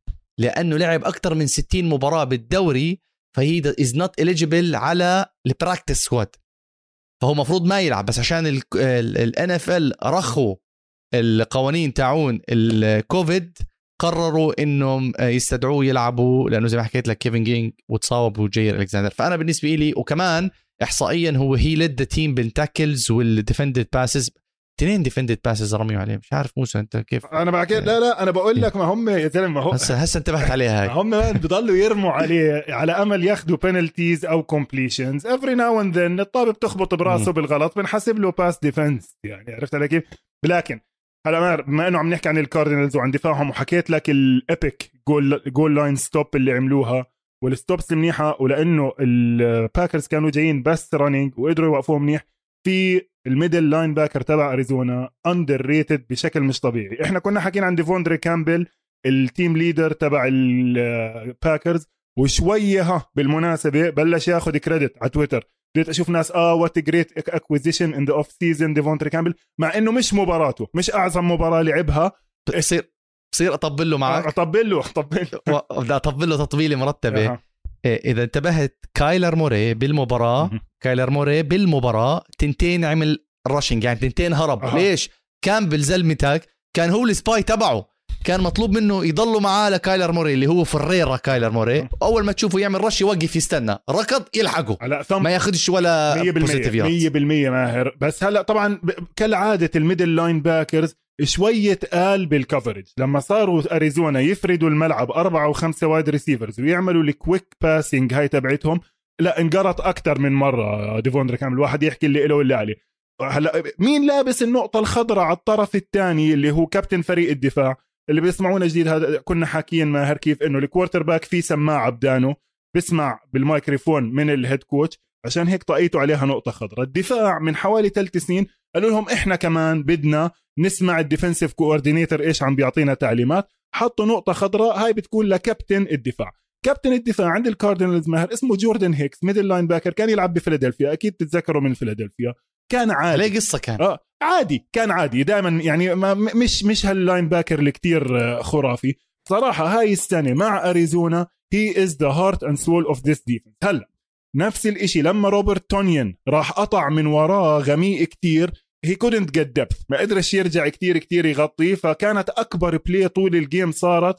لانه لعب اكثر من ستين مباراه بالدوري، فهي از نوت اليجيبل على البراكتس سكواد، فهو مفروض ما يلعب. بس عشان الان اف ال رخوا القوانين تاعون الكوفيد قرروا انهم يستدعوه يلعبوا، لانه زي ما حكيت لك كيفن جينج وتصاوب وجير الكساندر. فانا بالنسبه لي وكمان احصائيا هو هي ليد ذا تيم بالتاكلز والديفندد باسز، اثنين ديفندد باسز رميوا عليه. مش عارف موسى انت كيف؟ انا بحكي لا لا انا بقول لك ما هم يا زلمه هو هسه هسه انتبهت عليها هاي. هم بضلوا يرموا عليه على امل ياخذوا بينالتيز او كومبليشنز افري ناو اند ذن، الطابه بتخبط براسه بالغلط بنحسب له باس ديفنس، يعني عرفت علي كيف؟ لكن هلا بما انه عم نحكي عن الكاردينالز وعن دفاعهم، وحكيت لك الابيك جول جول لاين ستوب اللي عملوها والستوبس المنيحه، ولانه الباكرز كانوا جايين بس رانينج وقدروا يوقفوهم منيح. في الميدل لاين باكر تبع اريزونا اندر ريتد بشكل مش طبيعي. احنا كنا حكينا عن ديفوندري كامبل التيم ليدر تبع الباكرز، وشويه ها بالمناسبه بلش ياخذ كريدت على تويتر. بديت اشوف ناس اه وات جريت اكويزيشن ان ذا اوف سيزون ديفوندري كامبل، مع انه مش مباراته، مش اعظم مباراه لعبها. بصير بصير اطبل له معك، اطبل له اطبل له بدي اطبل له تطبيله مرتبه. أه. اذا انتبهت كايلر موري بالمباراه م- كايلر موري بالمباراه تنتين عمل راشنج، يعني تنتين هرب. أه. ليش؟ كامبل زلمتك كان هو السباي تبعه، كان مطلوب منه يضلوا معاه لكايلر موري اللي هو فريرة. كايلر موري اول ما تشوفه يعمل رش يوقف يستنى، ركض يلحقه ما ياخدش ولا مية بالمية ماهر. بس هلا طبعا كالعاده الميدل لاين باكرز شويه قال بالكفرج لما صاروا اريزونا يفردوا الملعب أربعة وخمسة وايد ريسيفرز ويعملوا الكويك باسنج هاي تبعتهم، لا انقرط اكثر من مره. ديفوندري كامل الواحد يحكي اللي له واللي عليه. هلا مين لابس النقطه الخضراء على الطرف الثاني اللي هو كابتن فريق الدفاع؟ اللي بيسمعونا جديد هذا كنا حاكيين ماهر كيف انه الكوارتر باك في سماعه بدانه بسمع بالمايكروفون من الهيد كوتش، عشان هيك طقيتوا عليها نقطه خضراء. الدفاع من حوالي ثلاث سنين قالوا لهم احنا كمان بدنا نسمع الديفنسيف كوردينيتور ايش عم بيعطينا تعليمات، حطوا نقطه خضراء هاي بتكون لكابتن الدفاع. كابتن الدفاع عند الكاردينالز ماهر اسمه جوردن هيكس، ميدل لاين باكر، كان يلعب بفيلادلفيا، اكيد تتذكروا من فيلادلفيا. كان عادي، ليه قصه كان آه عادي كان عادي دائما، يعني ما مش مش هاللاين باكر اللي كتير خرافي صراحه. هاي السنه مع اريزونا هي از ذا هارت اند سول اوف ذيس ديفنس. هلا نفس الاشي لما روبرت تونيان راح قطع من وراه غميق كتير، هي couldn't get depth، ما قدرش يرجع كتير كتير يغطي، فكانت اكبر بلاي طول الجيم صارت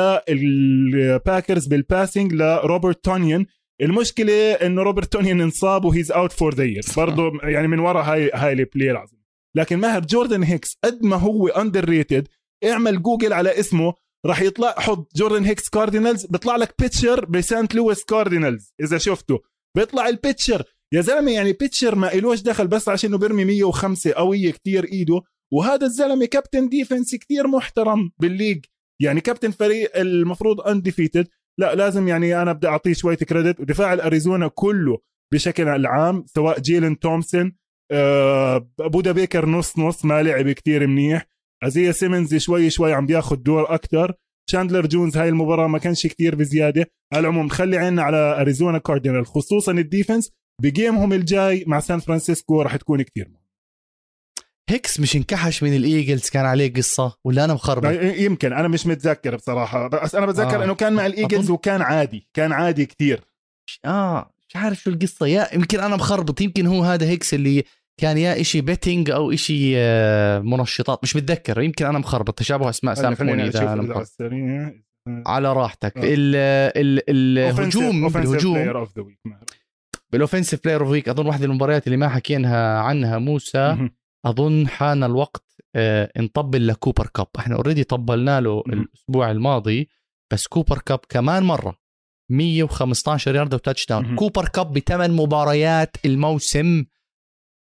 للباكرز بالباسنج لروبرت تونيان. المشكله انه روبرت تونيان انصاب وهيز اوت فور ذا يير برضه، يعني من ورا هاي هاي البلاي العظيم. لكن ماهر جوردن هيكس قد ما هو اندر ريتد، اعمل جوجل على اسمه راح يطلع، حط جوردن هيكس كاردينالز بيطلع لك بيتشر بسانت لويس كاردينالز، اذا شفته بيطلع البيتشر يا زلمه، يعني بيتشر ما إلوش دخل بس عشان انه بيرمي مية وخمسة قويه كتير ايده. وهذا الزلمه كابتن ديفنس كتير محترم بالليج، يعني كابتن فريق المفروض انديفيتد. لا لازم يعني انا بدي اعطيه شويه كريدت. ودفاع الاريزونا كله بشكل عام سواء جيلن تومسون، بودا بيكر نص نص ما لعب كتير منيح، ازيا سيمنز شوي شوي عم بياخد دور اكتر، شاندلر جونز هاي المباراه ما كانش كتير بزياده. على العموم خلي عنا على اريزونا كاردينال خصوصا الديفنس بجيمهم الجاي مع سان فرانسيسكو راح تكون كتير مهم. هيكس مش انكحش من الايجلز كان عليه قصه ولا انا مخرب؟ يمكن انا مش متذكر بصراحه، بس انا بتذكر آه. انه كان مع الايجلز أطل... وكان عادي كان عادي كتير. اه مش عارف شو القصه، يا يمكن انا مخربط، يمكن هو هذا هيكس اللي كان يا إشي بيتنج او إشي منشطات، مش متذكر، يمكن انا مخربط، تشابه اسماء سامحوني اذا انا مخربط. على راحتك. ال ال الهجوم بالهجوم بالاوفنسيف بلاير اوف ويك، اظن واحده من المباريات اللي ما حكيناها عنها موسى، اظن حان الوقت اه نطبل لكوبر كاب. احنا اوريدي طبلنا له الاسبوع الماضي، بس كوبر كاب كمان مره مية وخمسة عشر يارده وتاتش داون. كوبر كاب بثمان مباريات الموسم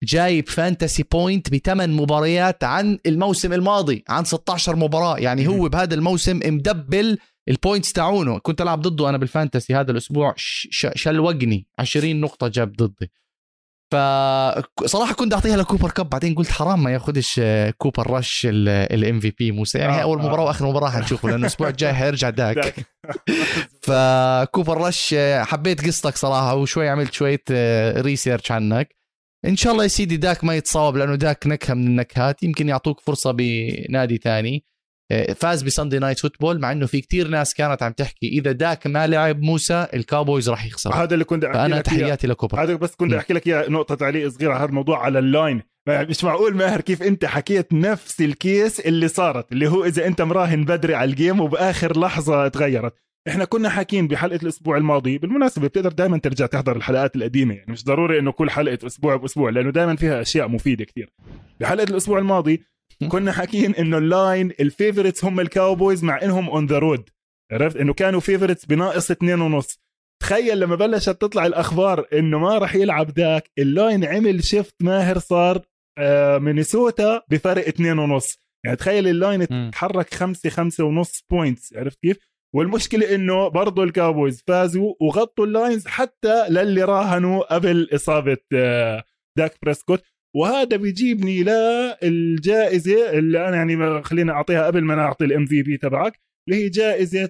جايب فانتسي بوينت بثمان مباريات عن الموسم الماضي، عن ستة عشر مباراة. يعني هو بهذا الموسم مدبل البوينتس تاعونه. كنت ألعب ضده أنا بالفانتسي هذا الأسبوع، شلوقني عشرين نقطة جاب ضدي. فصراحة كنت أعطيها لكوبر كاب، بعدين قلت حرام ما ياخدش كوبر رش الام في بي موسى. يعني أول مباراة وآخر مباراة هنشوفه، لأنه الأسبوع الجاي هيرجع داك. فكوبر رش حبيت قصتك صراحة، وشوي عملت شوية ريسيرش عنك. إن شاء الله يا سيدي داك ما يتصاوب، لأنه داك نكهة من النكهات. يمكن يعطوك فرصة بنادي تاني. فاز بساندي نايت فوتبول، مع انه في كتير ناس كانت عم تحكي اذا داك ما لعب موسى الكاوبويز راح يخسر. هذا اللي كنت احكي لك تحياتي لكوبر. هذا بس كنت احكي لك اياه، نقطه تعليق صغيره على هذا الموضوع على اللاين. مش معقول ماهر كيف انت حكيت نفس الكيس اللي صارت، اللي هو اذا انت مراهن بدري على الجيم وباخر لحظه تغيرت. احنا كنا حاكين بحلقه الاسبوع الماضي، بالمناسبه بتقدر دائما ترجع تحضر الحلقات القديمه، يعني مش ضروري انه كل حلقه اسبوع باسبوع، لانه دائما فيها اشياء مفيده كتير. بحلقه الاسبوع الماضي كنا حاكين انه اللاين الفيفوريتس هم الكاوبويز، مع انهم اون ذا رود. عرفت انه كانوا فيفوريتس بناقص اتنين ونص. تخيل لما بلشت تطلع الاخبار انه ما راح يلعب داك، اللاين عمل شيفت ماهر، صار آه مينيسوتا بفرق اتنين ونص. يعني تخيل اللاين تحرك خمسة خمسة ونص بوينتس. عرفت كيف؟ والمشكلة انه برضو الكاوبويز فازوا وغطوا اللاينز حتى للي راهنوا قبل اصابة آه داك بريسكوت. وهذا بيجيبني للجائزة اللي أنا يعني خلينا أعطيها قبل ما نعطي الام في بي تبعك، اللي هي جائزة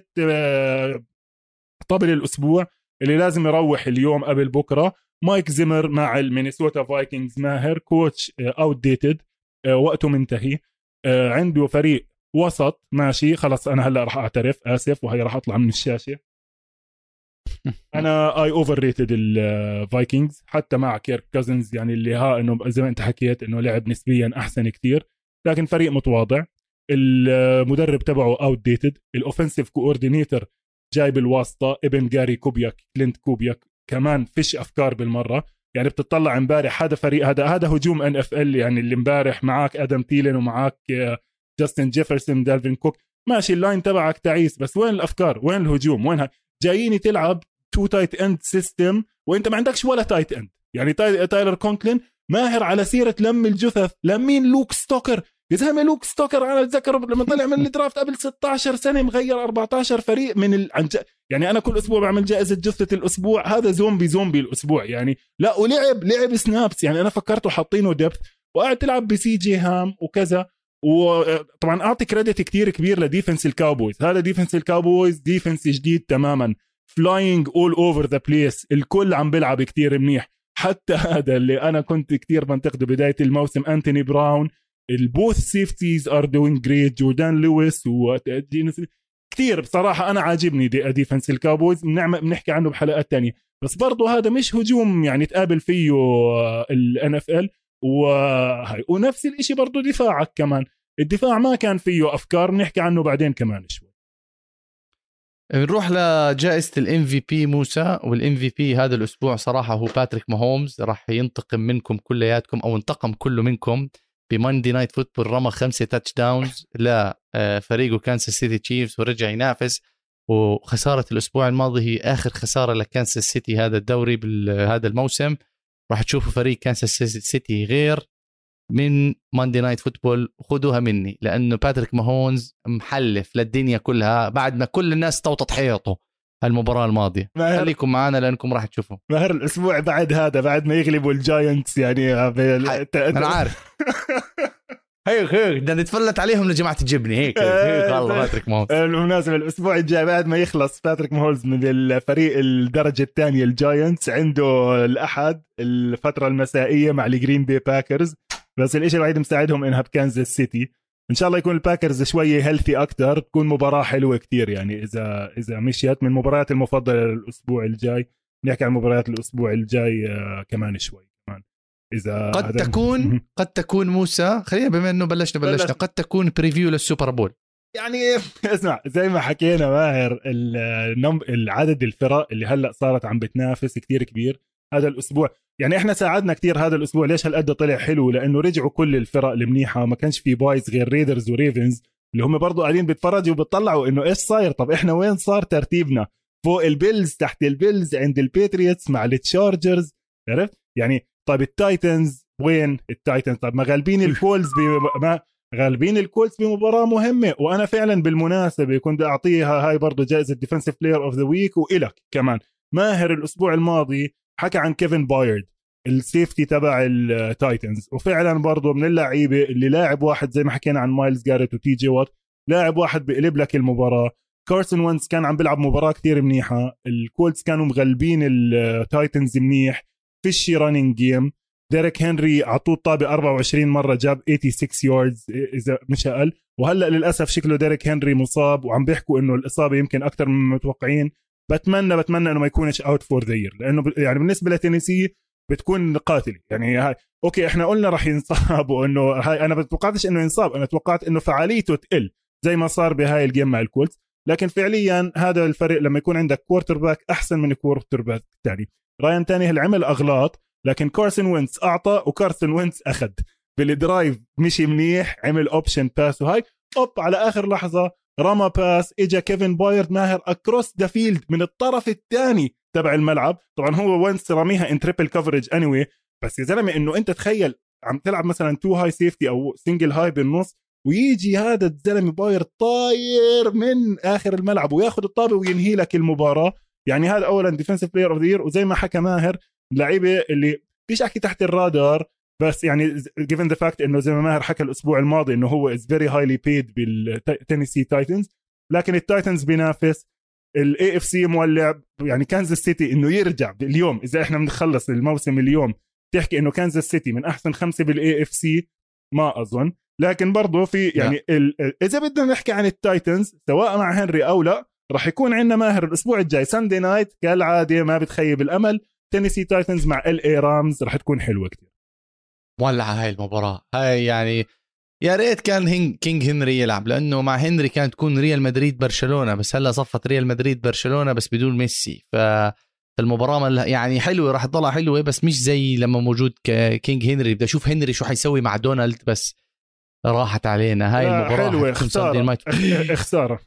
طبل الأسبوع اللي لازم يروح اليوم قبل بكرة. مايك زيمر مع المينيسوتا فايكنجز. ماهر كوتش اوت ديتد، وقته منتهي، عنده فريق وسط ماشي خلص. أنا هلأ راح أعترف، آسف، وهي راح أطلع من الشاشة. انا اي اوفر ريتد الفايكنجز حتى مع كيرك كازنز، يعني اللي ها انه زي ما انت حكيت انه لعب نسبيا احسن كتير، لكن فريق متواضع. المدرب تبعه اوت ديتد. الاوفنسيف كوردينيتور جايب الواسطه ابن جاري كوبياك، كلينت كوبياك، كمان فيش افكار بالمره. يعني بتطلع امبارح هذا فريق، هذا هذا هجوم ان اف ال. يعني اللي امبارح معاك ادم تيلن ومعاك جاستن جيفرسون دالفين كوك، ماشي اللاين تبعك تعيس، بس وين الافكار؟ وين الهجوم؟ وينها؟ جاييني تلعب تو تايت اند سيستم وانت ما عندكش ولا تايت اند. يعني تاي... تايلر كونكلين. ماهر على سيره لم الجثث، لمين لوك ستوكر يا زلمه. لوك ستوكر انا اتذكر لما طلع من الدرافت قبل ستة عشر سنه مغير أربعة عشر فريق من ال... يعني انا كل اسبوع بعمل جائزه جثه الاسبوع، هذا زومبي زومبي الاسبوع يعني. لا ولعب لعب سنابس، يعني انا فكرته حاطينه دبث وقاعد تلعب بسي جي هام وكذا. وطبعا اعطي كريدت كتير كبير لديفنس الكاوبويز. هذا ديفنس الكاوبويز ديفنس جديد تماما، فلاينج اول اوفر ذا بليس، الكل عم بيلعب كتير منيح. حتى هذا اللي انا كنت كتير بنتقده بدايه الموسم، انتوني براون، البوث سيفتيز ار دوينج جريت، جوردان لويس و كتير بصراحه انا عاجبني دي ديفنس الكاوبويز. بنعمل بنحكي عنه بحلقات تانية، بس برضه هذا مش هجوم يعني تقابل فيه الان اف ال. وهي ونفس الاشي برضه دفاعك كمان، الدفاع ما كان فيه افكار، بنحكي عنه بعدين كمان شوي. نروح لجائزة الام في بي موسى. والام في بي هذا الاسبوع صراحة هو باتريك ماهومز. راح ينتقم منكم كلياتكم، او انتقم كله منكم بماندي نايت فوتبول. رمى خمسة تاتش داونز لفريقه كانساس سيتي تشيفز ورجع ينافس. وخسارة الاسبوع الماضي هي اخر خسارة لكانساس سيتي هذا الدوري بهذا الموسم. راح تشوفوا فريق كانساس سيتي غير من ماندي نايت فوتبول. خدوها مني، لأنه باتريك ماهونز محلف للدنيا كلها بعد ما كل الناس توطت حيطه المباراة الماضية. خليكم معنا لأنكم راح تشوفوا ماهر الأسبوع بعد هذا، بعد ما يغلبوا الجاينتس يعني. أنا عارف هيك هيك بدنا نتفلت عليهم لجماعة الجبني هيك هيك والله. باتريك ماهونز بالمناسبة الأسبوع الجاي بعد ما يخلص باتريك ماهونز من الفريق الدرجة الثانية الجاينتس، عنده الأحد الفترة المسائية مع الجرين بي باكرز. بس الاشي الوحيد مساعدهم انها بكانزاس سيتي. ان شاء الله يكون الباكرز شويه هيلثي اكتر، تكون مباراه حلوه كتير. يعني اذا اذا مشيت من المباريات المفضله للاسبوع الجاي. نحكي عن مباريات الاسبوع الجاي آه كمان شوي كمان اذا قد هذا... تكون قد تكون موسى. خلينا بما انه بلشنا بلشنا قد تكون بريفيو للسوبر بول. يعني اسمع زي ما حكينا ماهر، العدد الفرق اللي هلا صارت عم بتنافس كتير كبير هذا الاسبوع. يعني احنا ساعدنا كتير هذا الاسبوع. ليش هالقد طلع حلو؟ لانه رجعوا كل الفرق المنيحه، ما كانش في بايز غير ريدرز وريفنز اللي هم برضو قاعدين بيتفرجوا وبيطلعوا انه ايش صاير. طب احنا وين صار ترتيبنا؟ فوق البيلز، تحت البيلز، عند البيتريتس، مع التشارجرز. عرفت يعني؟ طيب التايتنز وين التايتنز؟ طب ما غالبين الكولز ما غالبين الكولز بمباراه مهمه. وانا فعلا بالمناسبه كنت اعطيها هاي برضه جائزه ديفنسيف بلاير اوف ذا ويك. والك كمان ماهر الاسبوع الماضي حكى عن كيفن بايرد السيفتي تبع التايتنز، وفعلا برضه من اللعيبه اللي لاعب واحد زي ما حكينا عن مايلز جاريت وتي جي وات، لاعب واحد بيقلب لك المباراه. كارسون وينتز كان عم بيلعب مباراه كتير منيحه. الكولتس كانوا مغلبين التايتنز منيح في الشي رانينج جيم. ديريك هنري عطوه الطابه أربعة وعشرين مره، جاب ستة وثمانين ياردز اذا مش اقل. وهلا للاسف شكله ديريك هنري مصاب، وعم بيحكوا انه الاصابه يمكن اكثر من متوقعين. بتمنى بتمنى انه ما يكونش اوت فور ذا يير، لانه يعني بالنسبه لتينيسي بتكون قاتله. يعني هاي اوكي احنا قلنا راح ينصاب، وانه هاي انا بتوقعتش انه ينصاب، انا توقعت انه فعاليته تقل زي ما صار بهاي الجيم مع الكولتس. لكن فعليا هذا الفريق لما يكون عندك كوارتر باك احسن من كوارتر باك الثاني. راين تاني عمل اغلاط، لكن كارسون وينتز اعطى وكارسون وينتز اخذ بالدرايف، مشي منيح، عمل اوبشن باس وهاي اوب على اخر لحظه رمى باس، اجا كيفن بايرد ماهر اكروس ذا فيلد من الطرف الثاني تبع الملعب. طبعا هو وينتز رميها ان تريبل كفرج اني، بس يا زلمه انه انت تخيل عم تلعب مثلا تو هاي سيفتي او سنجل هاي بالنص، ويجي هذا الزلمه باير طاير من اخر الملعب وياخذ الطابه وينهي لك المباراه. يعني هذا اولا ديفنسيف بلاير اوف ذا يير. وزي ما حكى ماهر لعيبه اللي فيش احكي تحت الرادار، بس يعني given the fact انه زي ما ماهر حكى الاسبوع الماضي انه هو is very highly paid بالتينيسي تايتنز، لكن التايتنز بينافس الاي اف سي مولع. يعني كانزاس سيتي انه يرجع اليوم، اذا احنا بنخلص الموسم اليوم تحكي انه كانزاس سيتي من احسن خمسه بالاي اف سي، ما اظن. لكن برضو في يعني ال... اذا بدنا نحكي عن التايتنز سواء مع هنري او لا، راح يكون عندنا ماهر الاسبوع الجاي ساندي نايت كالعاده، ما بتخيب الامل. تينيسي تايتنز مع ال اي رامز راح تكون حلوه كتير. مولعه هاي المباراه هاي. يعني يا ريت كان هن... كينج هنري يلعب، لانه مع هنري كانت تكون ريال مدريد برشلونه، بس هلا صفت ريال مدريد برشلونه بس بدون ميسي. ف المباراه يعني حلوه، راح تطلع حلوه، بس مش زي لما موجود كينج هنري. بدي اشوف هنري شو حيسوي مع دونالد، بس راحت علينا هاي المباراه. حلوه خساره خساره.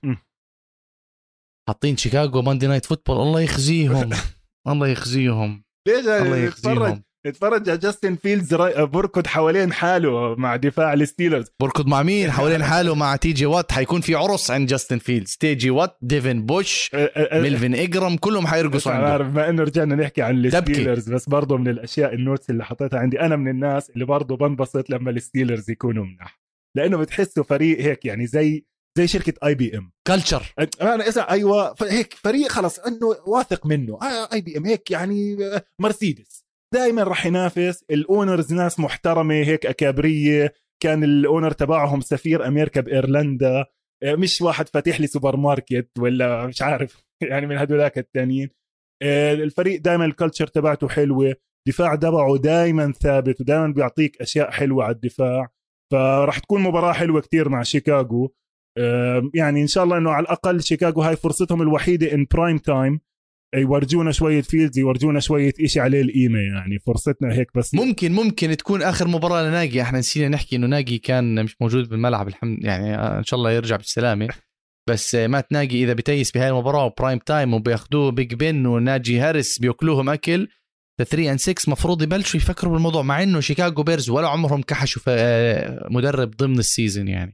حاطين شيكاغو ماندي نايت فوتبول، الله يخزيهم الله يخزيهم. الله يخزيهم. اتفرج على جاستن فيلدز بركض حوالين حاله مع دفاع الستيلرز. بركض مع مين حوالين حاله؟ مع تي جي وات. حيكون في عرس عند جاستن فيلدز، تي جي وات، ديفن بوش، ميلفين إجرام، كلهم حيرقصوا عنده. عارف ما انه رجعنا نحكي عن الستيلرز، بس برضه من الاشياء النوتس اللي حطيتها عندي، انا من الناس اللي برضه بنبسط لما الستيلرز يكونوا منح، لانه بتحسوا فريق هيك يعني زي زي شركه اي بي ام كلتشر. انا اسمع ايوه هيك فريق خلص انه واثق منه. اي بي ام هيك يعني مرسيدس دائما راح ينافس. الاونرز ناس محترمه هيك اكابريه، كان الاونر تبعهم سفير امريكا بايرلندا، مش واحد فاتح لي سوبر ماركت ولا مش عارف يعني من هدولاك التانيين. الفريق دائما الكلتشر تبعته حلوه، دفاع تبعه دائما ثابت ودائما بيعطيك اشياء حلوه على الدفاع. فراح تكون مباراه حلوه كتير مع شيكاغو. يعني ان شاء الله انه على الاقل شيكاغو هاي فرصتهم الوحيده ان برايم تايم يورجونا شويه فيلدز، يورجونا شويه إشي عليه القيمه. يعني فرصتنا هيك. بس ممكن ممكن تكون اخر مباراه لناجي. احنا نسينا نحكي انه ناجي كان مش موجود بالملعب الحمد، يعني ان شاء الله يرجع بالسلامه. بس ما تناجي اذا بتيس بهاي المباراه وبرايم تايم وبياخذوه بيج بن وناجي هاريس بياكلوهم اكل ثلاثة and ستة، مفروض يبلشوا يفكروا بالموضوع، مع انه شيكاغو بيرز ولا عمرهم كحشوا مدرب ضمن السيزون. يعني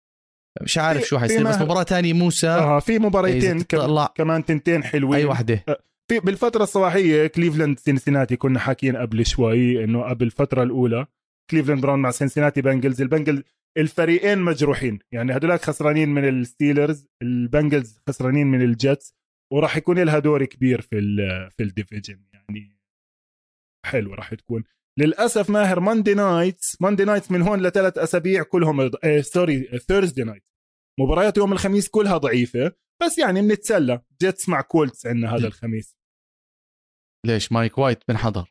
مش عارف شو حيصير. بس مباراه تانية موسى اه في مباراتين كمان تنتين حلوين. اي واحده في بالفتره الصباحيه كليفلاند سينسيناتي، كنا حاكيين قبل شوي انه قبل الفتره الاولى كليفلاند براون مع سينسيناتي بنجلز. البنجلز الفريقين مجروحين، يعني هدولك خسرانين من الستيلرز، البنجلز خسرانين من الجيتس، وراح يكون لها دور كبير في في الديفيجن. يعني حلو راح تكون. للاسف ماهر ماندي نايتس ماندي نايتس من هون لثلاث اسابيع كلهم اه سوري ثيرزداي نايت مباريات يوم الخميس كلها ضعيفه، بس يعني بنتسلى. جيتس مع كولتس عندنا هذا الخميس. ليش مايك وايت بنحضر؟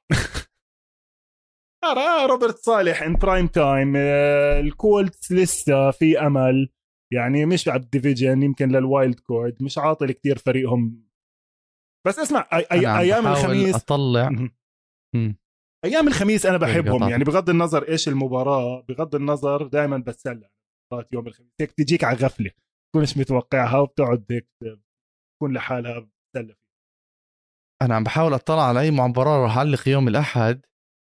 آه روبرت صالح ان برايم تايم. الكولتس لسه في امل، يعني مش على الديفيجن، يمكن للوايلد كورد، مش عاطل كتير فريقهم. بس اسمع أي أي أيام الخميس اطلع ايام الخميس انا بحبهم، يعني بغض النظر ايش المباراه، بغض النظر دائما بتسلى مباراه يوم الخميس. هيك تجيك على غفله، تكون مش متوقعها وبتقعد هيك تكون لحالها بتسلى. انا عم بحاول اطلع على اي مباراه راح اعلق يوم الاحد.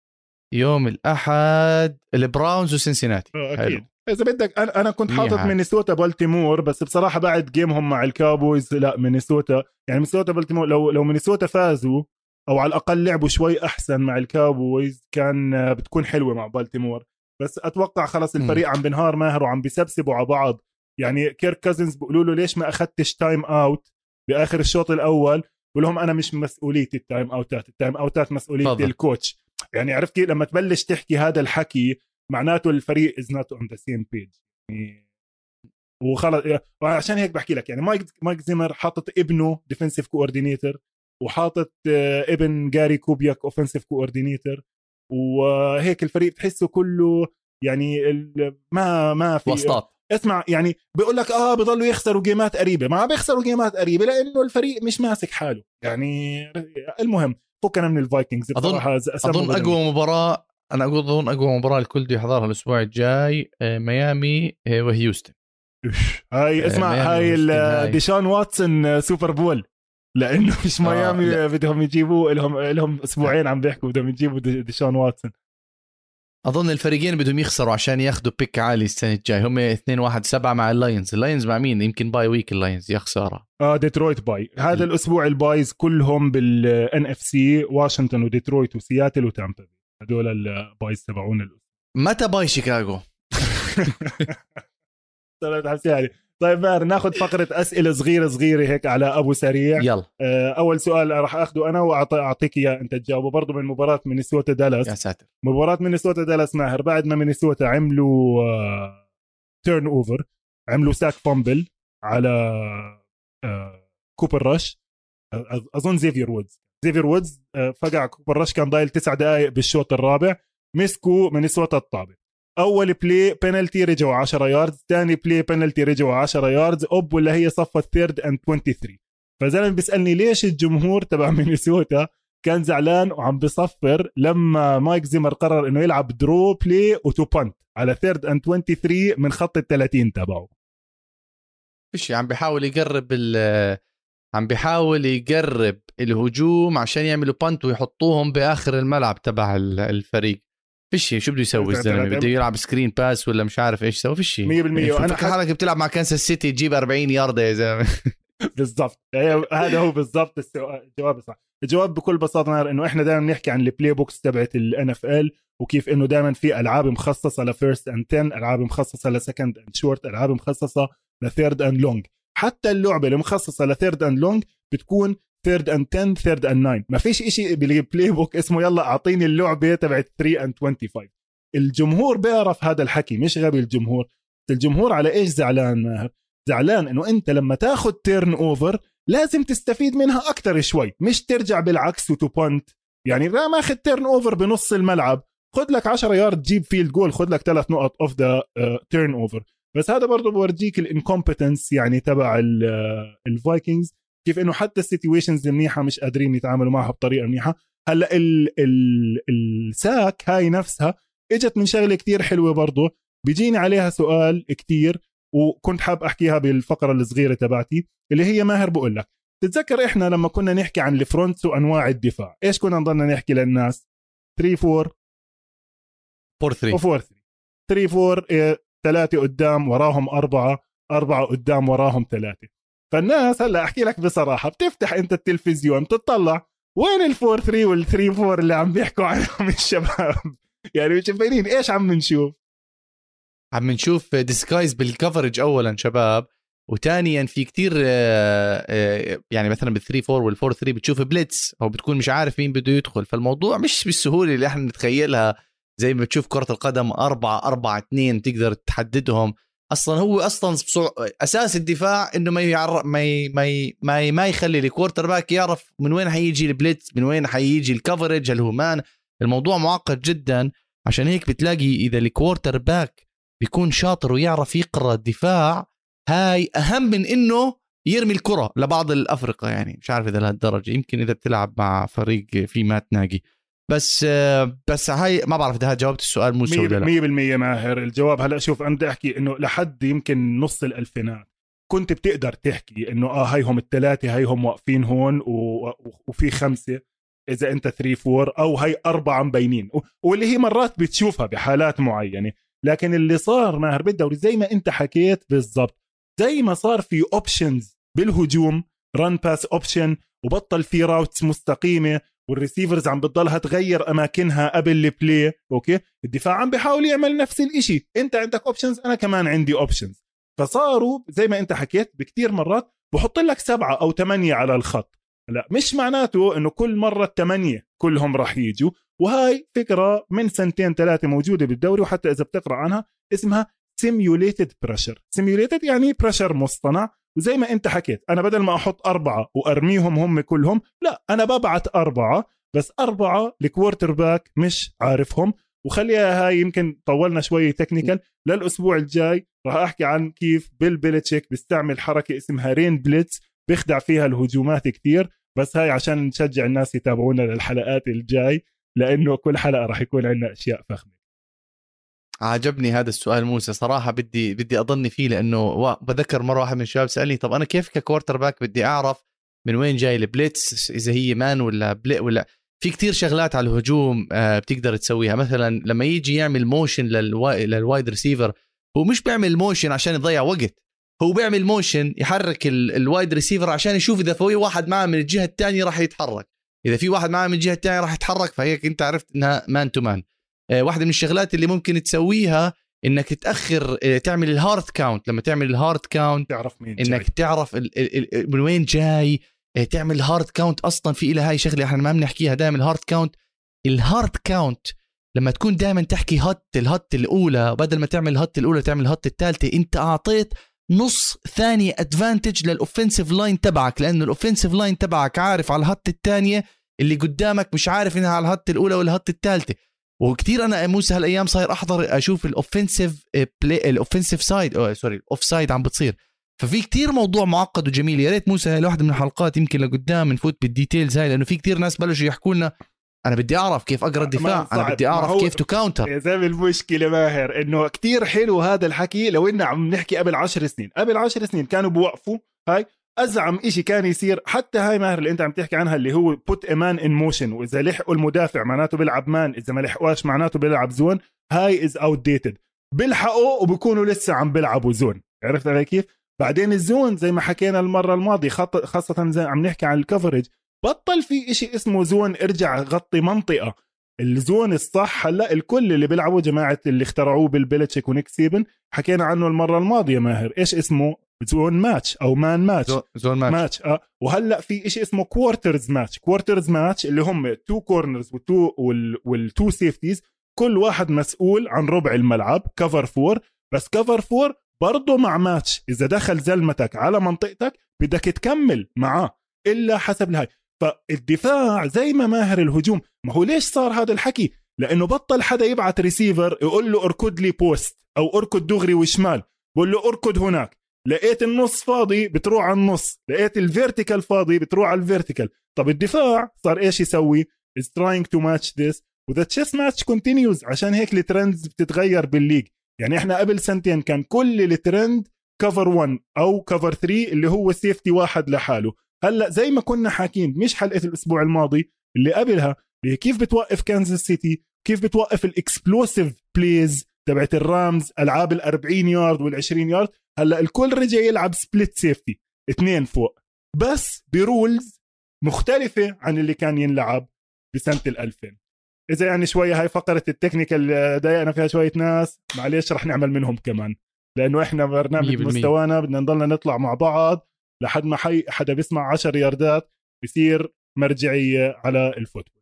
يوم الأحد البراونز وسنسيناتي. أكيد. إذا بدك أنا أنا كنت حاطط مينيسوتا بالتيمور، بس بصراحة بعد جيمهم مع الكاوبويز لا مينيسوتا يعني مينيسوتا بالتيمور لو لو مينيسوتا فازوا أو على الأقل لعبوا شوي أحسن مع الكاوبويز كان بتكون حلوة مع بالتيمور. بس أتوقع خلاص الفريق م. عم بنهار ماهر وعم بيسبسبوا على بعض. يعني كيرك كازنز بيقولوا له ليش ما أخدتش تايم أوت بآخر الشوط الأول، بقولهم أنا مش مسؤوليتي التايم أوتات، التايم أوتات مسؤوليتي فضل. الكوتش. يعني عرفت كيف لما تبلش تحكي هذا الحكي معناته الفريق is not on the same page يعني. وخلص عشان هيك بحكي لك يعني مايك مايك زيمر حاطط ابنه ديفنسيف كوردينيتور وحاطط ابن جاري كوبياك اوفنسيف كوردينيتور، وهيك الفريق بتحسه كله يعني ما ما في وسطات. اسمع يعني بيقول لك اه بيضلوا يخسروا جيمات قريبه، ما بيخسروا جيمات قريبه لانه الفريق مش ماسك حاله يعني. المهم فكنا من الفايكنجز بصراحه. اظن اظن اقوى مباراه انا اظن اقوى مباراه الكل دي يحضرها الاسبوع الجاي ميامي وهيوستن. هاي اسمع هاي ديشان واتسون سوبر بول، لانه مش ميامي آه بدهم يجيبوا لهم لهم اسبوعين عم بيحكوا بدهم يجيبوا ديشان واتسون. اظن الفريقين بدهم يخسروا عشان ياخذوا بيك عالي السنه الجاي. هم اثنين واحد سبعة مع اللاينز. اللاينز مع مين؟ يمكن باي ويك اللاينز يا خساره. اه ديترويت باي هذا الاسبوع. البايز كلهم بالان اف سي، واشنطن وديترويت وسياتل وتامبا، هذول البايز تبعون. متى باي شيكاغو؟ يعني طيب مار ناخذ فقرة أسئلة صغيرة صغيرة هيك على أبو سريع. يلا. أول سؤال راح أخذه أنا وأعطيك إياه أنت تجاوبه برضو من مباراة مينيسوتا دالاس. يا ساتر. مباراة مينيسوتا دالاس ماهر بعد ما مينيسوتا عملوا تيرن أوفر، عملوا ساك فامبل على كوبر رش، أظن زيفير وودز زيفير وودز فقع كوبر رش، كان ضايل تسع دقائق بالشوط الرابع، مسكوا مينيسوتا الطابة. اول بلاي بينالتي رجعوا عشرة ياردز، ثاني بلاي بينالتي رجعوا عشرة ياردز، اوب ولا هي صفة ثيرد اند ثلاثة وعشرين. فزلمه بيسالني ليش الجمهور تبع مينيسوتا كان زعلان وعم بصفر لما مايك زيمر قرر انه يلعب درو بلاي وتو بانت على ثيرد اند ثلاثة وعشرين من خط الثلاثين تبعه. فيش عم بيحاول يقرب ال عم بيحاول يقرب الهجوم عشان يعملوا بانت ويحطوهم باخر الملعب تبع الفريق. فيش شو بده يسوي الزلمه؟ بده يلعب سكرين باس ولا مش عارف ايش يسوي؟ فيش مية بالمية. وانا فكر حالك بتلعب مع كانساس سيتي تجيب أربعين ياردة يا زلمه. بالضبط هذا هو بالضبط الجواب صح. الجواب بكل بساطه انه احنا دائما نحكي عن البلاي بوكس تبعت الان اف ال، وكيف انه دائما في العاب مخصصه لفيرست اند عشرة، العاب مخصصه لسكند اند شورت، العاب مخصصه لثيرد اند لونج. حتى اللعبه المخصصه لثيرد اند لونج بتكون ثيرد اند عشرة ثيرد اند تسعة. ما فيش إشي بالبلاي بوك اسمه يلا اعطيني اللعبه تبعت ثلاثة اند خمسة وعشرين. الجمهور بيعرف هذا الحكي، مش غبي الجمهور. الجمهور على ايش زعلان ماهر؟ زعلان انه انت لما تاخد تيرن اوفر لازم تستفيد منها اكتر شوي، مش ترجع بالعكس وتو بونت. يعني ما ماخذ تيرن اوفر بنص الملعب، خد لك عشرة يارد جيب فيلد جول، خد لك ثلاث نقط اوف ذا تيرن اوفر. بس هذا برضه بورجيك الانكومبتنس يعني تبع الفايكنجز، كيف انه حتى السيتويشنز المنيحه مش قادرين يتعاملوا معها بطريقه منيحه. هلا ال ال الساك هاي نفسها اجت من شغله كتير حلوه برضه، بيجيني عليها سؤال كتير وكنت حاب احكيها بالفقره الصغيره تبعتي اللي هي ماهر. بقول لك تتذكر احنا لما كنا نحكي عن الفرونتس وانواع الدفاع ايش كنا نضلنا نحكي للناس؟ ثلاثة أربعة أربعة ثلاثة ثلاثة أربعة ثلاثة قدام وراهم أربعة، أربعة قدام وراهم ثلاثة. فالناس هلا احكي لك بصراحه بتفتح انت التلفزيون بتطلع وين الفور ثري والثري فور اللي عم بيحكوا عنهم الشباب؟ يعني مش فاهمين ايش عم نشوف. عم نشوف ديسكايز بالكفرج اولا شباب، وثانيا في كتير يعني مثلا بالثري فور والفور ثري بتشوف بليتس او بتكون مش عارف مين بده يدخل. فالموضوع مش بالسهوله اللي احنا نتخيلها زي ما بتشوف كرة القدم أربعة أربعة اثنين تقدر تحددهم. أصلا هو أصلا أساس الدفاع إنه ما يعرف ما ي... ما ي... ما, ي... ما يخلي الكوارتر باك يعرف من وين حيجي البليتس، من وين حيجي الكفرج، هل هو مان. الموضوع معقد جدا، عشان هيك بتلاقي إذا الكوارتر باك بيكون شاطر ويعرف يقرأ الدفاع هاي أهم من إنه يرمي الكرة لبعض الأفرقة. يعني مش عارف إذا لهالدرجة، يمكن إذا بتلعب مع فريق في مات ناقي. بس بس هاي ما بعرف إذا جاوبت السؤال مو سهل ولا لا. مية بالمية ماهر الجواب. هلا شوف أنا بدي أحكي إنه لحد يمكن نص الألفينات كنت بتقدر تحكي إنه آه هاي هم الثلاثة، هاي هم واقفين هون و... وفي خمسة. اذا انت ثلاثة أربعة او هي اربعه مبينين، واللي هي مرات بتشوفها بحالات معينه. لكن اللي صار ماهر بالدوري زي ما انت حكيت بالضبط، زي ما صار في اوبشنز بالهجوم، ران باس اوبشن، وبطل في راوتس مستقيمه والريسيفرز عم بتضلها تغير اماكنها قبل البلاي، اوكي الدفاع عم بيحاول يعمل نفس الاشي. انت عندك اوبشنز، انا كمان عندي اوبشنز، فصاروا زي ما انت حكيت بكتير مرات بحط لك سبعة او ثمانية على الخط. لا مش معناته انه كل مرة الثمانية كلهم راح يجوا، وهاي فكرة من سنتين ثلاثة موجودة بالدوري، وحتى اذا بتقرأ عنها اسمها simulated pressure. simulated يعني pressure مصطنع. وزي ما انت حكيت انا بدل ما احط اربعة وارميهم هم كلهم، لا انا ببعت اربعة، بس اربعة الكوارتر باك مش عارفهم. وخليها هاي يمكن طولنا شوية تكنيكال، للأسبوع الجاي راح أحكي عن كيف بيل بيلتشيك بيستعمل حركة اسمها رين بليتز بيخدع فيها الهجومات كتير. بس هاي عشان نشجع الناس يتابعونا للحلقات الجاي، لأنه كل حلقة راح يكون عندنا أشياء فخمة. عجبني هذا السؤال موسى صراحة، بدي بدي أضلني فيه، لأنه بذكر مرة واحد من الشباب سألني طب أنا كيف ككوارتر باك بدي أعرف من وين جاي البليتس، إذا هي مان ولا بلي ولا في كتير شغلات على الهجوم بتقدر تسويها. مثلا لما يجي يعمل موشن للوايد ريسيفر، هو مش بيعمل موشن عشان يضيع وقت، هو بيعمل موشن يحرك الوايد ريسيفر عشان يشوف إذا في واحد معه من الجهة الثانية راح يتحرك، إذا في واحد معه من الجهة الثانية راح يتحرك، فهيك أنت عرفت إنها مان تو مان. واحدة من الشغلات اللي ممكن تسويها إنك تأخر تعمل الهارد كاونت. لما تعمل الهارد كاونت تعرف مين إنك جاي. تعرف من وين جاي، تعمل هارد كاونت. أصلا في إلى هاي شغلة إحنا ما بنحكيها دائما، الهارد كاونت. الهارد كاونت لما تكون دائما تحكي هات الهات الأولى، بدل ما تعمل الهات الأولى تعمل الهات الثالثة، أنت أعطيت نص ثانية أدفانتج للأوفنسيف لاين تبعك، لأنه الأوفنسيف لاين تبعك عارف على الهات الثانية، اللي قدامك مش عارف إنها على الهات الأولى ولا الهات الثالثة. وكتير انا موسى هالايام صاير احضر اشوف الاوفنسيف بلاي، الاوفنسيف سايد او سوري الاوف سايد عم بتصير، ففي كتير موضوع معقد وجميل. يا ريت موسى هاي واحده من الحلقات يمكن لقدام نفوت بالديتيلز هاي، لانه في كتير ناس بلشوا يحكوا لنا انا بدي اعرف كيف اقرا الدفاع، انا بدي اعرف كيف تو كاونتر. زي المشكله ماهر انه كتير حلو هذا الحكي لو إننا عم نحكي قبل عشر سنين. قبل عشر سنين كانوا بوقفوا هاي أزعم إشي كان يصير. حتى هاي ماهر اللي أنت عم تحكي عنها اللي هو put a man in motion، وإذا لحقوا المدافع معناته بيلعب مان، إذا ما لحقواش معناته بيلعب زون. هاي is outdated. بيلحقوا وبيكونوا لسه عم بيلعبوا زون، عرفت علي كيف؟ بعدين الزون زي ما حكينا المرة الماضية، خاصة زي عم نحكي عن الكفرج، بطل في إشي اسمه زون ارجع غطي منطقة. الزون الصح هلا الكل اللي بيلعبوا جماعة اللي اخترعوه بالبيلتشيك ونيك سيبن حكينا عنه المرة الماضية ماهر، إيش اسمه؟ زون ماتش او مان ماتش. زون ماتش, ماتش. اه وهلا في إشي اسمه كوارترز ماتش. كوارترز ماتش اللي هم تو كورنرز والتو والتو سيفتيز، كل واحد مسؤول عن ربع الملعب، كفر فور. بس كفر فور برضه مع ماتش، اذا دخل زلمتك على منطقتك بدك تكمل معاه الا حسب الهاي. فالدفاع زي ما ماهر الهجوم، ما هو ليش صار هذا الحكي؟ لانه بطل حدا يبعت ريسيفر يقول له اركض لي بوست او اركض دغري وشمال، بقول له اركض هناك، لقيت النص فاضي بتروح على النص، لقيت الفيرتيكال فاضي بتروح على الفيرتيكال. طب الدفاع صار ايش يسوي؟ is trying to match this وذا chess match continues. عشان هيك الترندز بتتغير بالليج. يعني احنا قبل سنتين كان كل الترند كفر واحد او كفر ثلاثة اللي هو سيفتي واحد لحاله. هلا زي ما كنا حاكين مش حلقة الاسبوع الماضي اللي قبلها، كيف بتوقف كانزاس سيتي، كيف بتوقف الاكسبلوسيف بليز تبعت الرامز، العاب الأربعين يارد والعشرين يارد. هلا الكل رجع يلعب سبليت سيفتي اثنين فوق، بس برولز مختلفة عن اللي كان ينلعب بسنة الألفين. إذا يعني شوية هاي فقرة التكنيكال ضايقنا فيها شوية ناس، معليش رح نعمل منهم كمان، لأنه إحنا برنامج مستوانا بدنا نضلنا نطلع مع بعض لحد ما حي حدا بيسمع عشر ياردات بيصير مرجعية على الفوتبول.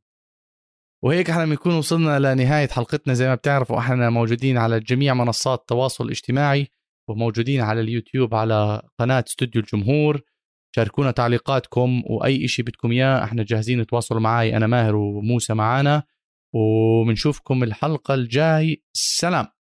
وهيك احنا بنكون وصلنا لنهاية حلقتنا. زي ما بتعرفوا احنا موجودين على جميع منصات التواصل الاجتماعي، وموجودين على اليوتيوب على قناة استوديو الجمهور. شاركونا تعليقاتكم وأي إشي بدكم إياه، احنا جاهزين نتواصلوا معاي أنا ماهر وموسى معانا، ومنشوفكم الحلقة الجاي. سلام.